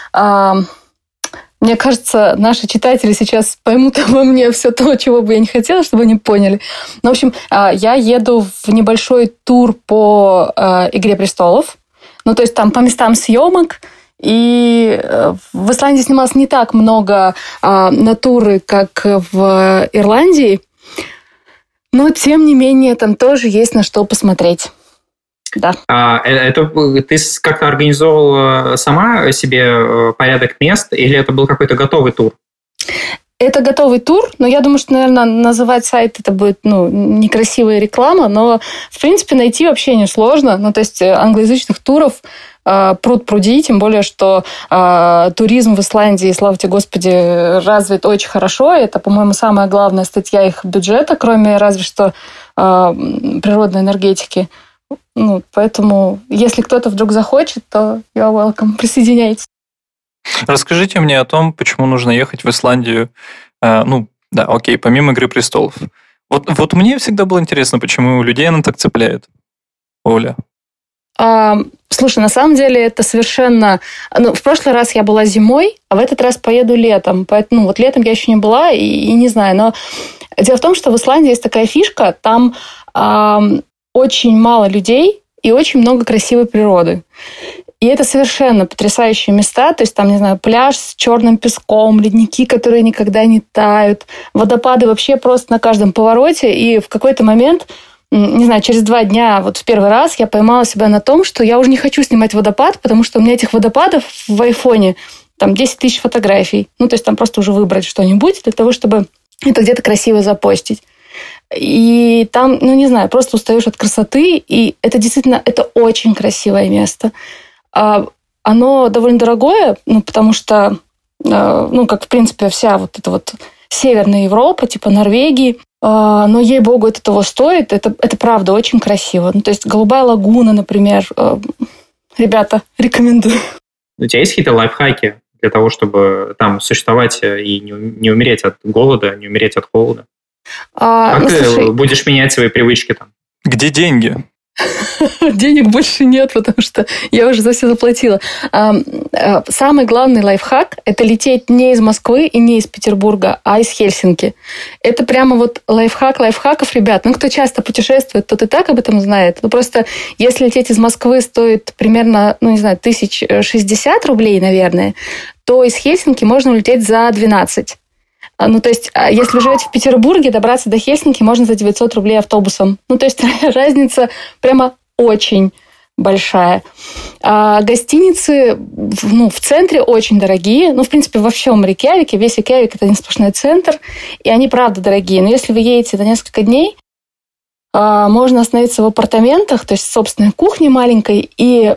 Speaker 4: Мне кажется, наши читатели сейчас поймут обо мне все то, чего бы я не хотела, чтобы они поняли. В общем, я еду в небольшой тур по «Игре престолов». То есть там по местам съемок. И в Исландии снималось не так много натуры, как в Ирландии. Но, тем не менее, там тоже есть на что посмотреть. Да.
Speaker 1: Это ты как-то организовывала сама себе порядок мест, или это был какой-то готовый тур?
Speaker 4: Это готовый тур, но я думаю, что, наверное, называть сайт это будет некрасивая реклама, но, в принципе, найти вообще несложно. То есть англоязычных туров пруд-пруди, тем более, что туризм в Исландии, слава тебе Господи, развит очень хорошо. Это, по-моему, самая главная статья их бюджета, кроме разве что природной энергетики. Поэтому, если кто-то вдруг захочет, то you're welcome, присоединяйтесь.
Speaker 2: Расскажите мне о том, почему нужно ехать в Исландию. Помимо «Игры престолов». Вот мне всегда было интересно, почему людей она так цепляет. Оля.
Speaker 4: Слушай, на самом деле это совершенно... в прошлый раз я была зимой, а в этот раз поеду летом. Поэтому летом я еще не была и не знаю. Но дело в том, что в Исландии есть такая фишка, там... очень мало людей и очень много красивой природы. И это совершенно потрясающие места. То есть там, не знаю, пляж с черным песком, ледники, которые никогда не тают, водопады вообще просто на каждом повороте. И в какой-то момент, не знаю, через 2 дня, в первый раз я поймала себя на том, что я уже не хочу снимать водопад, потому что у меня этих водопадов в айфоне там 10 тысяч фотографий. То есть там просто уже выбрать что-нибудь для того, чтобы это где-то красиво запостить. И там, не знаю, просто устаешь от красоты, и это действительно, это очень красивое место. Оно довольно дорогое, потому что, как, в принципе, вся эта Северная Европа, типа Норвегии, но, ей-богу, это того стоит, это правда очень красиво. То есть Голубая лагуна, например, ребята, рекомендую.
Speaker 1: У тебя есть какие-то лайфхаки для того, чтобы там существовать и не умереть от голода, не умереть от холода? Как ты будешь менять свои привычки там?
Speaker 2: Где деньги?
Speaker 4: Денег больше нет, потому что я уже за все заплатила. Самый главный лайфхак – это лететь не из Москвы и не из Петербурга, а из Хельсинки. Это прямо лайфхак лайфхаков, ребят. Кто часто путешествует, тот и так об этом знает. Просто если лететь из Москвы стоит примерно, 1060 рублей, наверное, то из Хельсинки можно улететь за 12. То есть, если вы живете в Петербурге, добраться до Хельсинки можно за 900 рублей автобусом. То есть, разница прямо очень большая. Гостиницы в центре очень дорогие. В принципе, во всем Рейкьявике. Весь Рейкьявик – это один сплошной центр. И они, правда, дорогие. Но если вы едете на несколько дней, можно остановиться в апартаментах, то есть в собственной кухне маленькой. И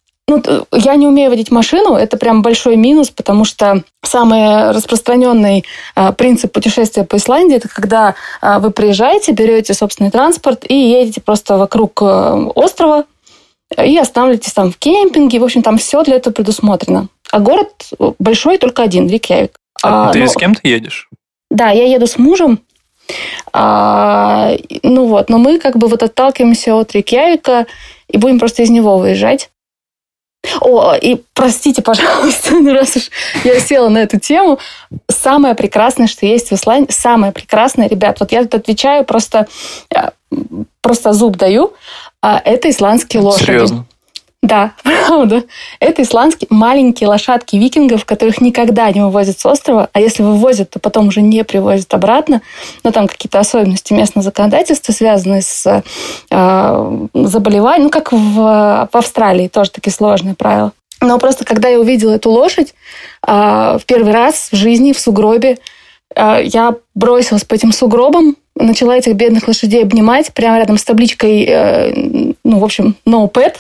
Speaker 4: я не умею водить машину, это прям большой минус, потому что самый распространенный принцип путешествия по Исландии – это когда вы приезжаете, берете собственный транспорт и едете просто вокруг острова и останавливаетесь там в кемпинге. В общем, там все для этого предусмотрено. А город большой только один – Рейкьявик.
Speaker 2: Ты с кем-то едешь?
Speaker 4: Да, я еду с мужем. Но мы как бы вот отталкиваемся от Рейкьявика и будем просто из него выезжать. И простите, пожалуйста, раз уж я села на эту тему, самое прекрасное, что есть в Исландии, самое прекрасное, ребят, вот я тут отвечаю, просто зуб даю, это исландские лошади.
Speaker 2: Серьезно?
Speaker 4: Да, правда. Это исландские маленькие лошадки викингов, которых никогда не вывозят с острова, а если вывозят, то потом уже не привозят обратно. Но там какие-то особенности местного законодательства, связанные с заболеванием, как в Австралии, тоже такие сложные правила. Но просто когда я увидела эту лошадь в первый раз в жизни в сугробе, я бросилась по этим сугробам, начала этих бедных лошадей обнимать прямо рядом с табличкой, no pet.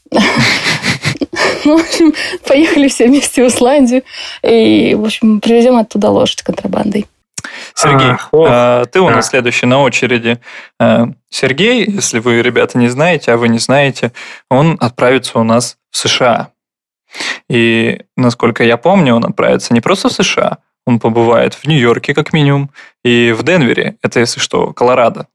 Speaker 4: В общем, поехали все вместе в Исландию и, в общем, привезем оттуда лошадь контрабандой.
Speaker 2: Сергей, ты у нас следующий на очереди. Сергей, если вы, ребята, не знаете, а вы не знаете, он отправится у нас в США. И, насколько я помню, он отправится не просто в США, он побывает в Нью-Йорке, как минимум, и в Денвере, это, если что, Колорадо.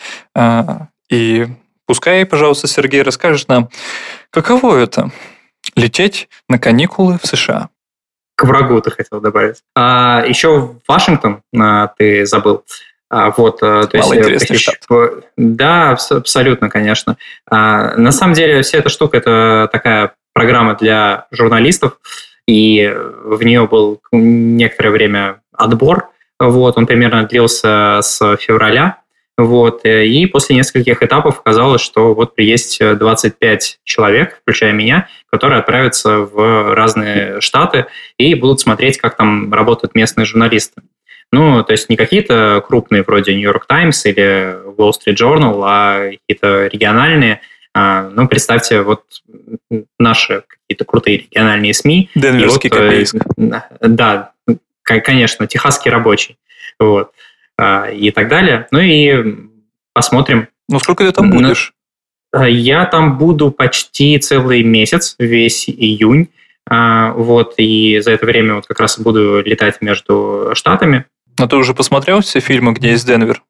Speaker 2: И пускай, пожалуйста, Сергей расскажет нам, каково это – лететь на каникулы в США.
Speaker 1: К врагу ты хотел добавить. Еще Вашингтон ты забыл.
Speaker 2: Малоинтересный штат.
Speaker 1: Да, абсолютно, конечно. На самом деле, вся эта штука – это такая программа для журналистов, и в нее был некоторое время отбор. Он примерно длился с февраля. И после нескольких этапов оказалось, что есть 25 человек, включая меня, которые отправятся в разные штаты и будут смотреть, как там работают местные журналисты. То есть не какие-то крупные вроде New York Times или Wall Street Journal, а какие-то региональные. Представьте, наши какие-то крутые региональные СМИ.
Speaker 2: Денверский КПИСК.
Speaker 1: Да, конечно, техасский рабочий. И так далее. И посмотрим.
Speaker 2: Сколько ты там будешь?
Speaker 1: Я там буду почти целый месяц, весь июнь. И за это время как раз буду летать между штатами.
Speaker 2: Но ты уже посмотрел все фильмы, где есть Денвер?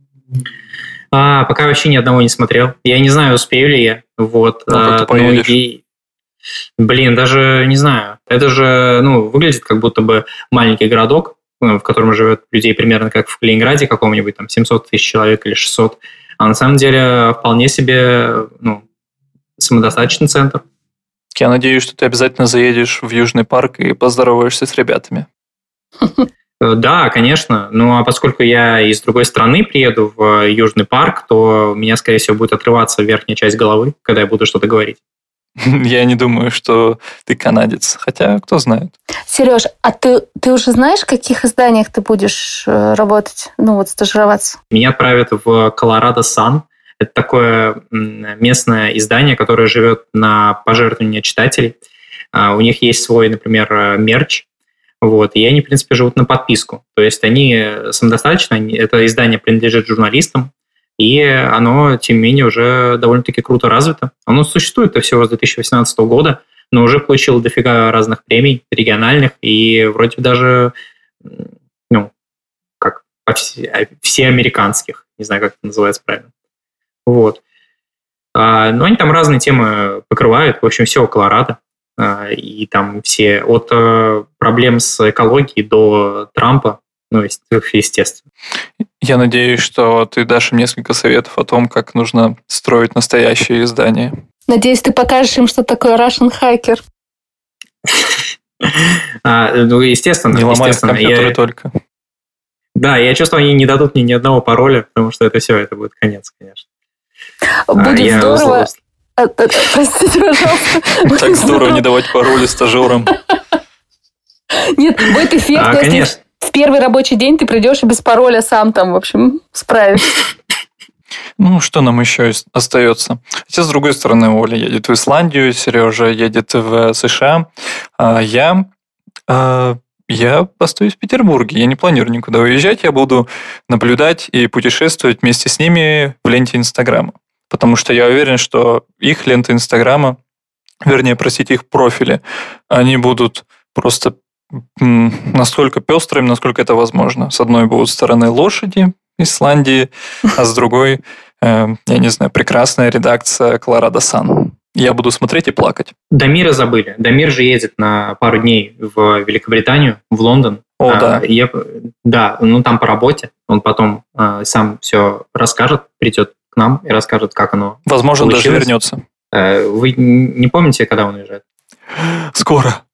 Speaker 1: Пока вообще ни одного не смотрел. Я не знаю, успею ли я.
Speaker 2: Как ты поедешь?
Speaker 1: Даже не знаю. Это же выглядит как будто бы маленький городок, в котором живет людей примерно как в Калининграде каком-нибудь, там 700 тысяч человек или 600. А на самом деле вполне себе самодостаточный центр.
Speaker 2: Я надеюсь, что ты обязательно заедешь в Южный парк и поздороваешься с ребятами.
Speaker 1: Да, конечно. А поскольку я из другой страны приеду в Южный парк, то у меня, скорее всего, будет отрываться верхняя часть головы, когда я буду что-то говорить.
Speaker 2: Я не думаю, что ты канадец. Хотя, кто знает.
Speaker 4: Сереж, а ты уже знаешь, в каких изданиях ты будешь работать? Стажироваться?
Speaker 1: Меня отправят в Колорадо Сан. Это такое местное издание, которое живет на пожертвования читателей. У них есть свой, например, мерч. И они, в принципе, живут на подписку. То есть они самодостаточны. Это издание принадлежит журналистам. И оно, тем не менее, уже довольно-таки круто развито. Оно существует всего с 2018 года, но уже получило дофига разных премий региональных и вроде даже, всеамериканских. Не знаю, как это называется правильно. Но они там разные темы покрывают. В общем, все Колорадо. И там все от проблем с экологией до Трампа. Естественно.
Speaker 2: Я надеюсь, что ты дашь им несколько советов о том, как нужно строить настоящее издание.
Speaker 4: Надеюсь, ты покажешь им, что такое Russian Hacker.
Speaker 1: Естественно.
Speaker 2: Не ломай компьютеры только.
Speaker 1: Да, я чувствую, они не дадут мне ни одного пароля, потому что это будет конец, конечно.
Speaker 4: Будет здорово. Простите, пожалуйста.
Speaker 2: Так здорово не давать пароли стажерам.
Speaker 4: Нет, будет эффектно, если в первый рабочий день ты придешь и без пароля сам там, в общем, справишься.
Speaker 2: Что нам еще остается? Хотя, с другой стороны, Оля едет в Исландию, Сережа едет в США, а я остаюсь в Петербурге. Я не планирую никуда уезжать, я буду наблюдать и путешествовать вместе с ними в ленте Инстаграма. Потому что я уверен, что их лента Инстаграма, их профили, они будут просто настолько пестрыми, насколько это возможно. С одной будут стороны лошади Исландии, а с другой, я не знаю, прекрасная редакция Colorado Sun. Я буду смотреть и плакать.
Speaker 1: Дамира забыли. Дамир же едет на пару дней в Великобританию, в Лондон.
Speaker 2: О, да.
Speaker 1: Да, там по работе. Он потом сам все расскажет, придет к нам и расскажет, как оно
Speaker 2: Возможно,
Speaker 1: получилось.
Speaker 2: даже вернется.
Speaker 1: Вы не помните, когда он уезжает?
Speaker 2: Скоро.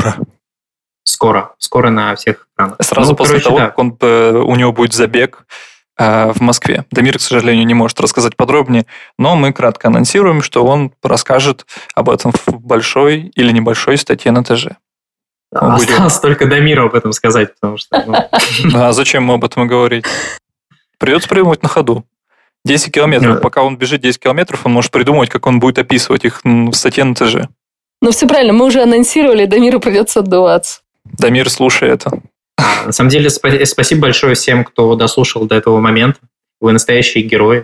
Speaker 1: Скоро на всех экранах.
Speaker 2: Сразу после того, как у него будет забег в Москве. Дамир, к сожалению, не может рассказать подробнее, но мы кратко анонсируем, что он расскажет об этом в большой или небольшой статье на ТЖ.
Speaker 1: Осталось только Дамиру об этом сказать, потому что...
Speaker 2: А зачем мы об этом и говорить? Придется придумать на ходу. 10 километров. Пока он бежит 10 километров, он может придумать, как он будет описывать их в статье на ТЖ.
Speaker 4: Ну, все правильно, мы уже анонсировали, Дамиру придется отдуваться.
Speaker 2: Дамир, слушай это.
Speaker 1: На самом деле, спасибо большое всем, кто дослушал до этого момента. Вы настоящие герои.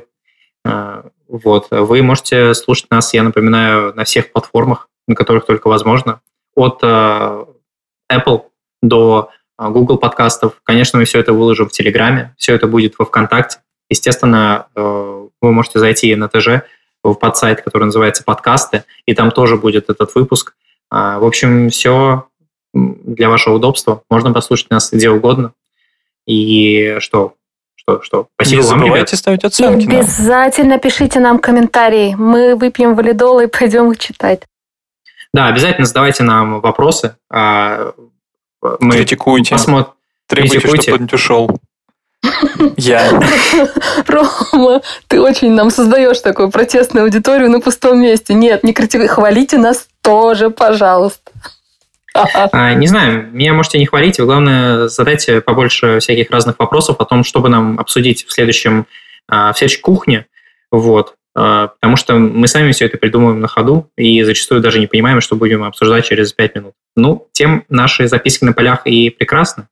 Speaker 1: Вы можете слушать нас, я напоминаю, на всех платформах, на которых только возможно. От Apple до Google подкастов. Конечно, мы все это выложим в Телеграме, все это будет во ВКонтакте. Естественно, вы можете зайти на ТЖ, в подсайт, который называется «Подкасты», и там тоже будет этот выпуск. В общем, все для вашего удобства. Можно послушать нас где угодно. И что? Спасибо
Speaker 2: Не
Speaker 1: вам,
Speaker 2: забывайте
Speaker 1: ребят.
Speaker 2: ставить оценки.
Speaker 4: Обязательно пишите нам комментарии. Мы выпьем валидол и пойдем их читать.
Speaker 1: Да, обязательно задавайте нам вопросы. Мы
Speaker 2: Критикуйте. Требуйте, чтобы кто-нибудь ушел. Я.
Speaker 4: Рома, ты очень нам создаешь такую протестную аудиторию на пустом месте. Нет, не критикуйте, хвалите нас тоже, пожалуйста.
Speaker 1: Не знаю, меня можете не хвалить, вы, главное, задайте побольше всяких разных вопросов о том, что бы нам обсудить в следующей кухне, потому что мы сами все это придумываем на ходу и зачастую даже не понимаем, что будем обсуждать через 5 минут. Тем наши записки на полях и прекрасны.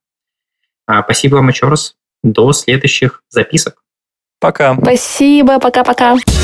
Speaker 1: Спасибо вам еще раз. До следующих записок.
Speaker 2: Пока.
Speaker 4: Спасибо, пока-пока.